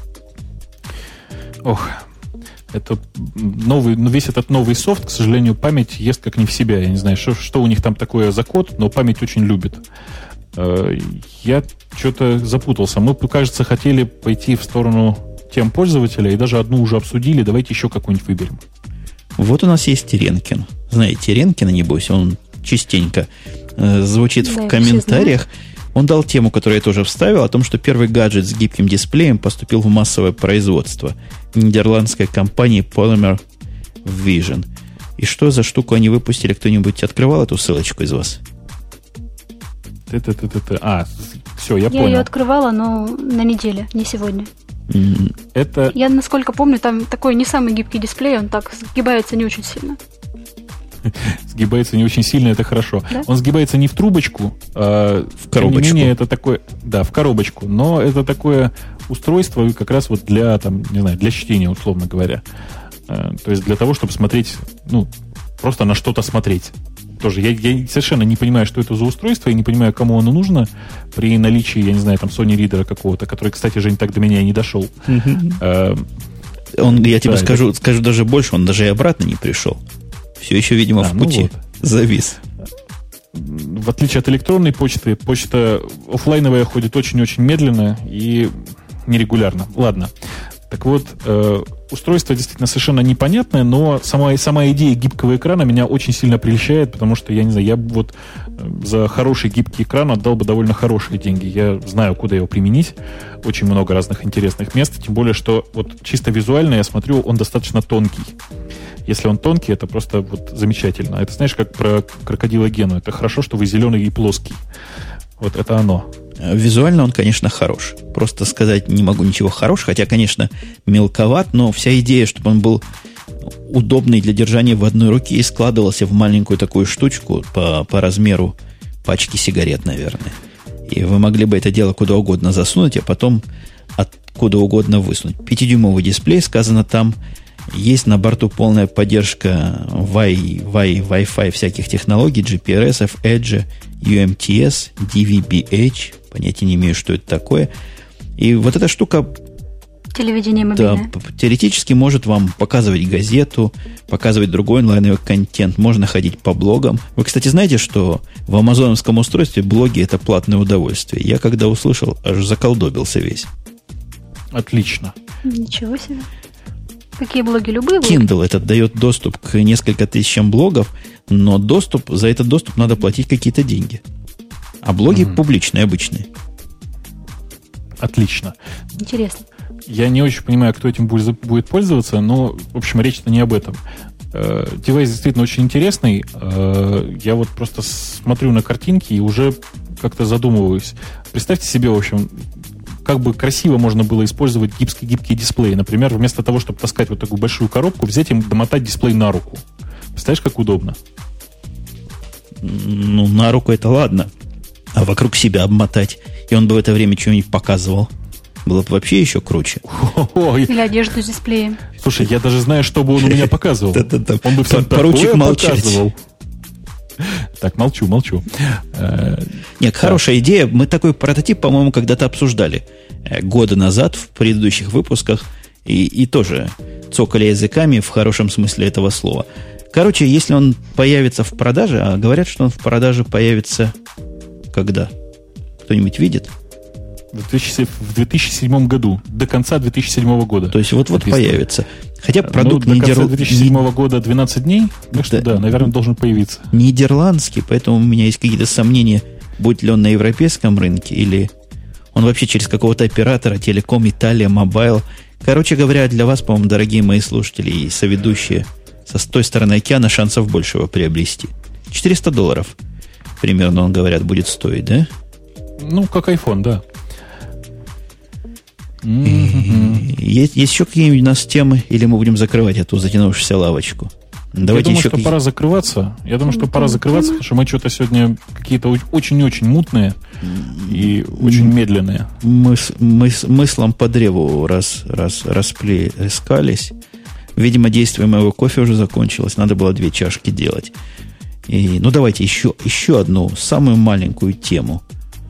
Ох, это весь этот новый софт, к сожалению, память ест как не в себя. Я не знаю, что у них там такое за код, но память очень любит. Я что-то запутался. Мы, кажется, хотели пойти в сторону тем пользователя и даже одну уже обсудили. Давайте еще какую-нибудь выберем. Вот у нас есть Теренкин. Знаете, Теренкина, небось, он частенько звучит в комментариях. Он дал тему, которую я тоже вставил, о том, что первый гаджет с гибким дисплеем поступил в массовое производство нидерландской компании Polymer Vision. И что за штуку они выпустили? Кто-нибудь открывал эту ссылочку из вас? Все, я понял. Я ее открывала, но на неделе, не сегодня. Это... Я, насколько помню, там такой не самый гибкий дисплей, он так сгибается не очень сильно. Сгибается не очень сильно, это хорошо. Да? Он сгибается не в трубочку, а в коробочку. Тем не менее, это такое, да, в коробочку. Но это такое устройство как раз вот для, там, не знаю, для чтения, условно говоря. То есть для того, чтобы смотреть, ну, просто на что-то смотреть. Тоже я совершенно не понимаю, что это за устройство, и не понимаю, кому оно нужно при наличии, я не знаю, там, Sony Reader какого-то, который, кстати, Жень, так до меня и не дошел. Я тебе скажу даже больше, он даже и обратно не пришел. Все еще, видимо, в пути. Вот. Завис. В отличие от электронной почты, почта офлайновая ходит очень-очень медленно и нерегулярно. Ладно. Так вот, устройство действительно совершенно непонятное, но сама идея гибкого экрана меня очень сильно прельщает, потому что, я не знаю, я вот за хороший гибкий экран отдал бы довольно хорошие деньги. Я знаю, куда его применить. Очень много разных интересных мест. Тем более, что вот чисто визуально я смотрю, он достаточно тонкий. Если он тонкий, это просто вот замечательно. Это, знаешь, как про крокодила Гену. Это хорошо, что вы зеленый и плоский. Вот это оно. Визуально он, конечно, хорош. Просто сказать не могу ничего хорошего, хотя, конечно, мелковат, но вся идея, чтобы он был удобный для держания в одной руке и складывался в маленькую такую штучку по размеру пачки сигарет, наверное. И вы могли бы это дело куда угодно засунуть, а потом откуда угодно высунуть. 5-дюймовый дисплей, сказано там. Есть на борту полная поддержка Wi-Fi всяких технологий, GPRS, Edge, UMTS, DVB-H. Понятия не имею, что это такое. И вот эта штука... Телевидение мобильное. Да, теоретически может вам показывать газету, показывать другой онлайновый контент. Можно ходить по блогам. Вы, кстати, знаете, что в амазоновском устройстве блоги – это платное удовольствие. Я, когда услышал, аж заколдобился весь. Отлично. Ничего себе. Какие блоги? Любые блоги? Kindle этот дает доступ к несколько тысячам блогов, но за этот доступ надо платить какие-то деньги. А блоги публичные, обычные. Отлично. Интересно. Я не очень понимаю, кто этим будет пользоваться, но, в общем, речь-то не об этом. Девайс действительно очень интересный. Я вот просто смотрю на картинки и уже как-то задумываюсь. Представьте себе, в общем, как бы красиво можно было использовать гибкий дисплей. Например, вместо того, чтобы таскать вот такую большую коробку, взять и домотать дисплей на руку. Представляешь, как удобно? Ну, на руку это ладно. А вокруг себя обмотать. И он бы в это время что-нибудь показывал. Было бы вообще еще круче. Или одежду с дисплеем. Слушай, я даже знаю, что бы он у меня показывал. Он бы всем поручик молчать. Показывал. Так, молчу. Нет, хорошая идея. Мы такой прототип, по-моему, когда-то обсуждали года назад в предыдущих выпусках. И тоже цокали языками в хорошем смысле этого слова. Короче, если он появится в продаже, а говорят, что он в продаже появится когда? Кто-нибудь видит? В 2007 году. До конца 2007 года. То есть вот появится. Хотя продукт до конца 2007 года 12 дней. Так что да, наверное, должен появиться. Нидерландский, поэтому у меня есть какие-то сомнения, будет ли он на европейском рынке, или он вообще через какого-то оператора, Телеком, Италия, Мобайл. Короче говоря, для вас, по-моему, дорогие мои слушатели и соведущие, с той стороны океана шансов больше его приобрести. $400 примерно, он, говорят, будет стоить, да? Ну, как iPhone, да. Есть еще какие-нибудь у нас темы, или мы будем закрывать эту затянувшуюся лавочку? Давайте я думаю, что пора закрываться. Потому что мы что-то сегодня какие-то очень-очень мутные и очень медленные. Мыслом по древу расплескались. Видимо, действие моего кофе уже закончилось. Надо было 2 чашки делать. Ну, давайте еще одну, самую маленькую тему.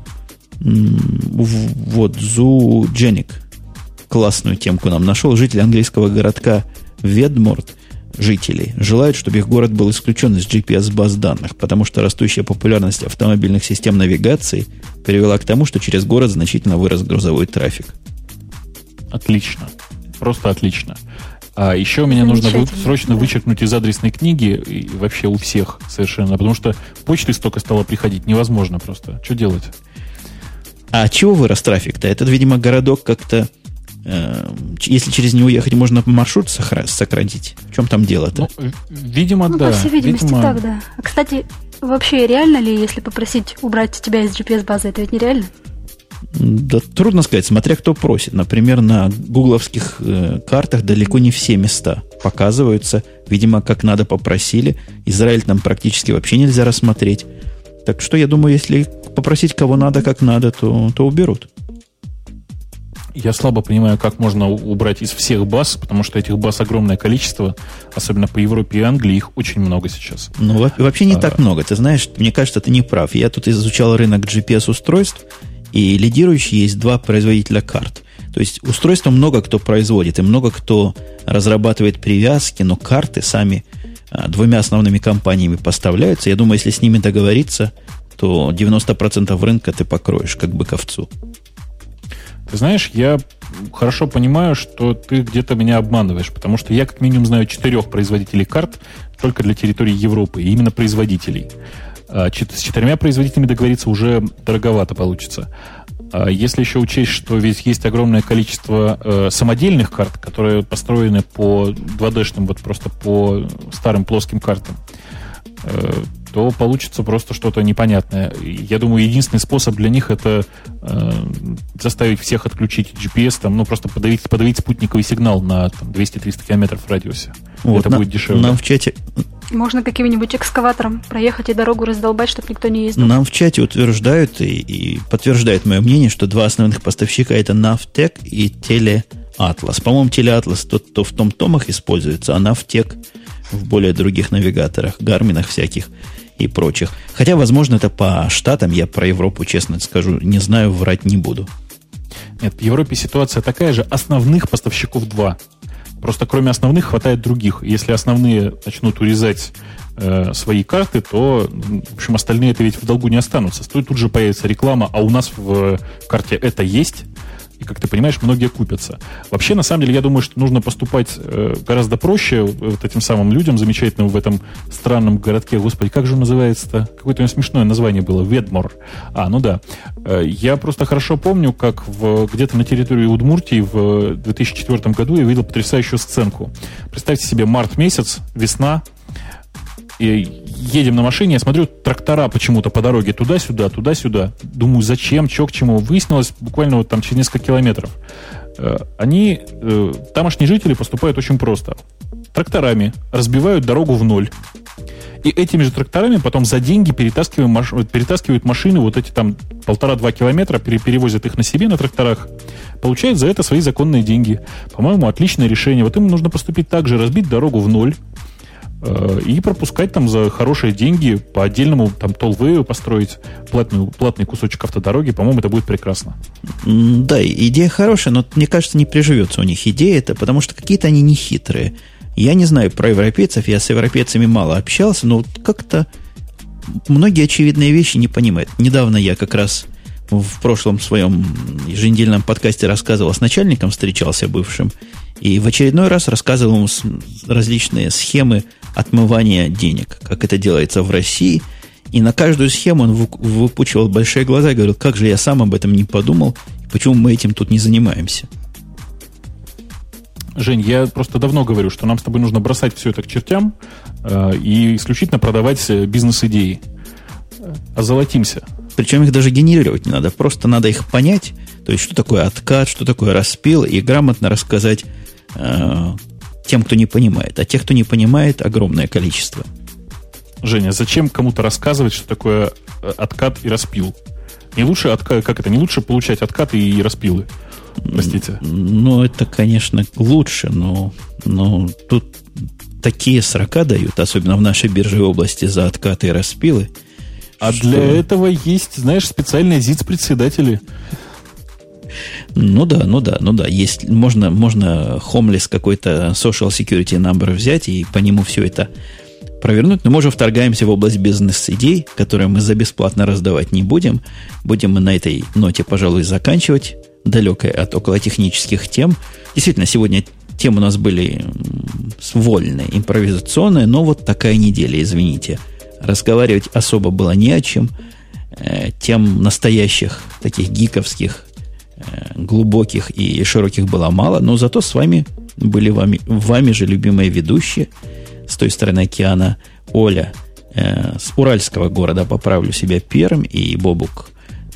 Вот, Зудженик классную темку нам нашел. Жители английского городка Ведморт, жители, желают, чтобы их город был исключен из GPS-баз данных, потому что растущая популярность автомобильных систем навигации привела к тому, что через город значительно вырос грузовой трафик. Отлично. Просто отлично. А еще меня нужно будет срочно вычеркнуть из адресной книги и вообще у всех совершенно, потому что почты столько стало приходить, невозможно просто. Что делать? А чего вырос трафик-то? Этот, видимо, городок как-то... если через него ехать, можно маршрут сократить. В чем там дело-то? Ну, видимо, да. По всей видимости, так, да. А, кстати, вообще реально ли, если попросить убрать тебя из GPS-базы, это ведь нереально? Да трудно сказать, смотря кто просит. Например, на гугловских картах далеко не все места показываются. Видимо, как надо попросили. Израиль там практически вообще нельзя рассмотреть. Так что я думаю, если попросить кого надо, как надо, то уберут. Я слабо понимаю, как можно убрать из всех баз, потому что этих баз огромное количество, особенно по Европе и Англии, их очень много сейчас. Ну, вообще не так много. Ты знаешь, мне кажется, ты не прав. Я тут изучал рынок GPS-устройств, и лидирующие есть два производителя карт. То есть устройства много кто производит, и много кто разрабатывает привязки, но карты сами двумя основными компаниями поставляются. Я думаю, если с ними договориться, то 90% рынка ты покроешь, как бы ковцу. Ты знаешь, я хорошо понимаю, что ты где-то меня обманываешь, потому что я как минимум знаю 4 производителей карт только для территории Европы, и именно производителей. С 4 производителями договориться уже дороговато получится. Если еще учесть, что ведь есть огромное количество самодельных карт, которые построены по 2D-шным, вот просто по старым плоским картам, то получится просто что-то непонятное. Я думаю, единственный способ для них это заставить всех отключить GPS, там, ну, просто подавить спутниковый сигнал на 200-300 километров в радиусе. Вот, это будет дешевле. Нам в чате... Можно каким-нибудь экскаватором проехать и дорогу раздолбать, чтобы никто не ездил. Нам в чате утверждают и подтверждают мое мнение, что два основных поставщика это Navtec и Teleatlas. По-моему, Teleatlas то в том-томах используется, а Navtec в более других навигаторах, гарминах всяких и прочих. Хотя, возможно, это по штатам, я про Европу, честно скажу, не знаю, врать не буду. Нет, в Европе ситуация такая же, основных поставщиков 2. Просто кроме основных хватает других. Если основные начнут урезать свои карты, то, в общем, остальные это ведь в долгу не останутся. Тут же появится реклама, а у нас в карте это есть. И, как ты понимаешь, многие купятся. Вообще, на самом деле, я думаю, что нужно поступать гораздо проще вот этим самым людям, замечательным в этом странном городке. Господи, как же он называется-то? Какое-то у него смешное название было. Ведмор. Ну да. Я просто хорошо помню, как где-то на территории Удмуртии в 2004 году я видел потрясающую сценку. Представьте себе март месяц, весна, и едем на машине, я смотрю, трактора почему-то по дороге туда-сюда, туда-сюда. Думаю, зачем, что к чему. Выяснилось буквально вот там через несколько километров. Тамошние жители поступают очень просто. Тракторами разбивают дорогу в ноль. И этими же тракторами потом за деньги перетаскивают машины, вот эти там 1,5-2 километра, перевозят их на себе на тракторах, получают за это свои законные деньги. По-моему, отличное решение. Вот им нужно поступить так же, разбить дорогу в ноль, и пропускать там за хорошие деньги по отдельному там толлвею построить платный кусочек автодороги. По-моему, это будет прекрасно. Да, идея хорошая, но мне кажется, не приживется у них идея это, потому что какие-то они нехитрые. Я не знаю про европейцев, я с европейцами мало общался, но как-то многие очевидные вещи не понимают. Недавно я как раз в прошлом своем еженедельном подкасте рассказывал, с начальником встречался бывшим, и в очередной раз рассказывал ему различные схемы отмывания денег, как это делается в России. И на каждую схему он выпучивал большие глаза и говорил, как же я сам об этом не подумал, почему мы этим тут не занимаемся. Жень, я просто давно говорю, что нам с тобой нужно бросать все это к чертям и исключительно продавать бизнес-идеи. Озолотимся. Причем их даже генерировать не надо, просто надо их понять, то есть что такое откат, что такое распил, и грамотно рассказать тем, кто не понимает. А тех, кто не понимает, огромное количество. Женя, зачем кому-то рассказывать, что такое откат и распил? Не лучше не лучше получать откаты и распилы? Простите. Ну, это, конечно, лучше, но тут такие срока дают, особенно в нашей биржевой области, за откаты и распилы. А что? Для этого есть, знаешь, специальные ЗИЦ-председатели. Ну да. Есть, можно homeless какой-то social security number взять и по нему все это провернуть. Но мы уже вторгаемся в область бизнес-идей, которые мы за бесплатно раздавать не будем. Будем мы на этой ноте, пожалуй, заканчивать, далекой от околотехнических тем. Действительно, сегодня темы у нас были вольные, импровизационные, но вот такая неделя, извините. Разговаривать особо было не о чем. Тем настоящих, таких гиковских, глубоких и широких было мало, но зато с вами были вами же любимые ведущие с той стороны океана Оля с уральского города, поправлю себя, Пермь, и Бобук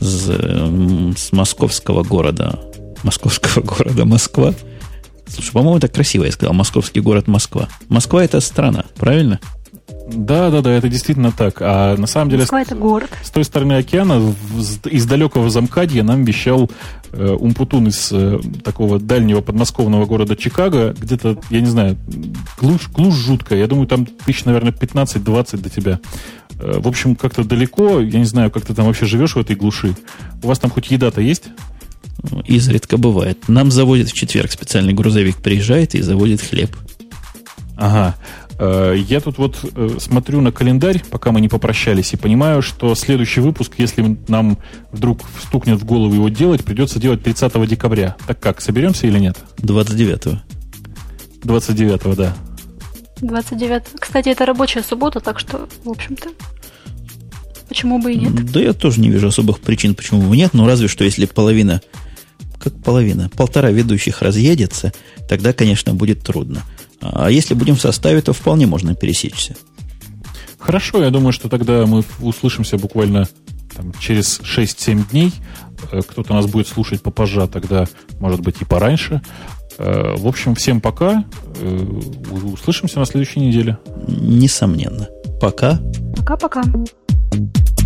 с московского города Москва. Слушай, по-моему, так красиво я сказал. Московский город Москва. Москва – это страна, правильно? Да, это действительно так. А на самом деле... Москва – это город. С той стороны океана, из далекого Замкадья, нам вещал Умпутун из такого дальнего подмосковного города Чикаго. Где-то, я не знаю, глушь жуткая. Я думаю, там тысяч, наверное, 15-20 до тебя. В общем, как-то далеко. Я не знаю, как ты там вообще живешь в этой глуши. У вас там хоть еда-то есть? Изредка бывает. Нам заводят в четверг специальный грузовик, приезжает и заводит хлеб. Ага. Я тут вот смотрю на календарь, пока мы не попрощались, и понимаю, что следующий выпуск, если нам вдруг стукнет в голову его делать, придется делать 30 декабря. Так как, соберемся или нет? 29-го. 29-го, да. 29-го. Кстати, это рабочая суббота, так что, в общем-то, почему бы и нет? Да я тоже не вижу особых причин, почему бы нет, но разве что если половина, полтора ведущих разъедется, тогда, конечно, будет трудно. А если будем в составе, то вполне можно пересечься. Хорошо, я думаю, что тогда мы услышимся буквально там, через 6-7 дней. Кто-то нас будет слушать попозже, тогда, может быть, и пораньше. В общем, всем пока. Услышимся на следующей неделе. Несомненно. Пока. Пока-пока.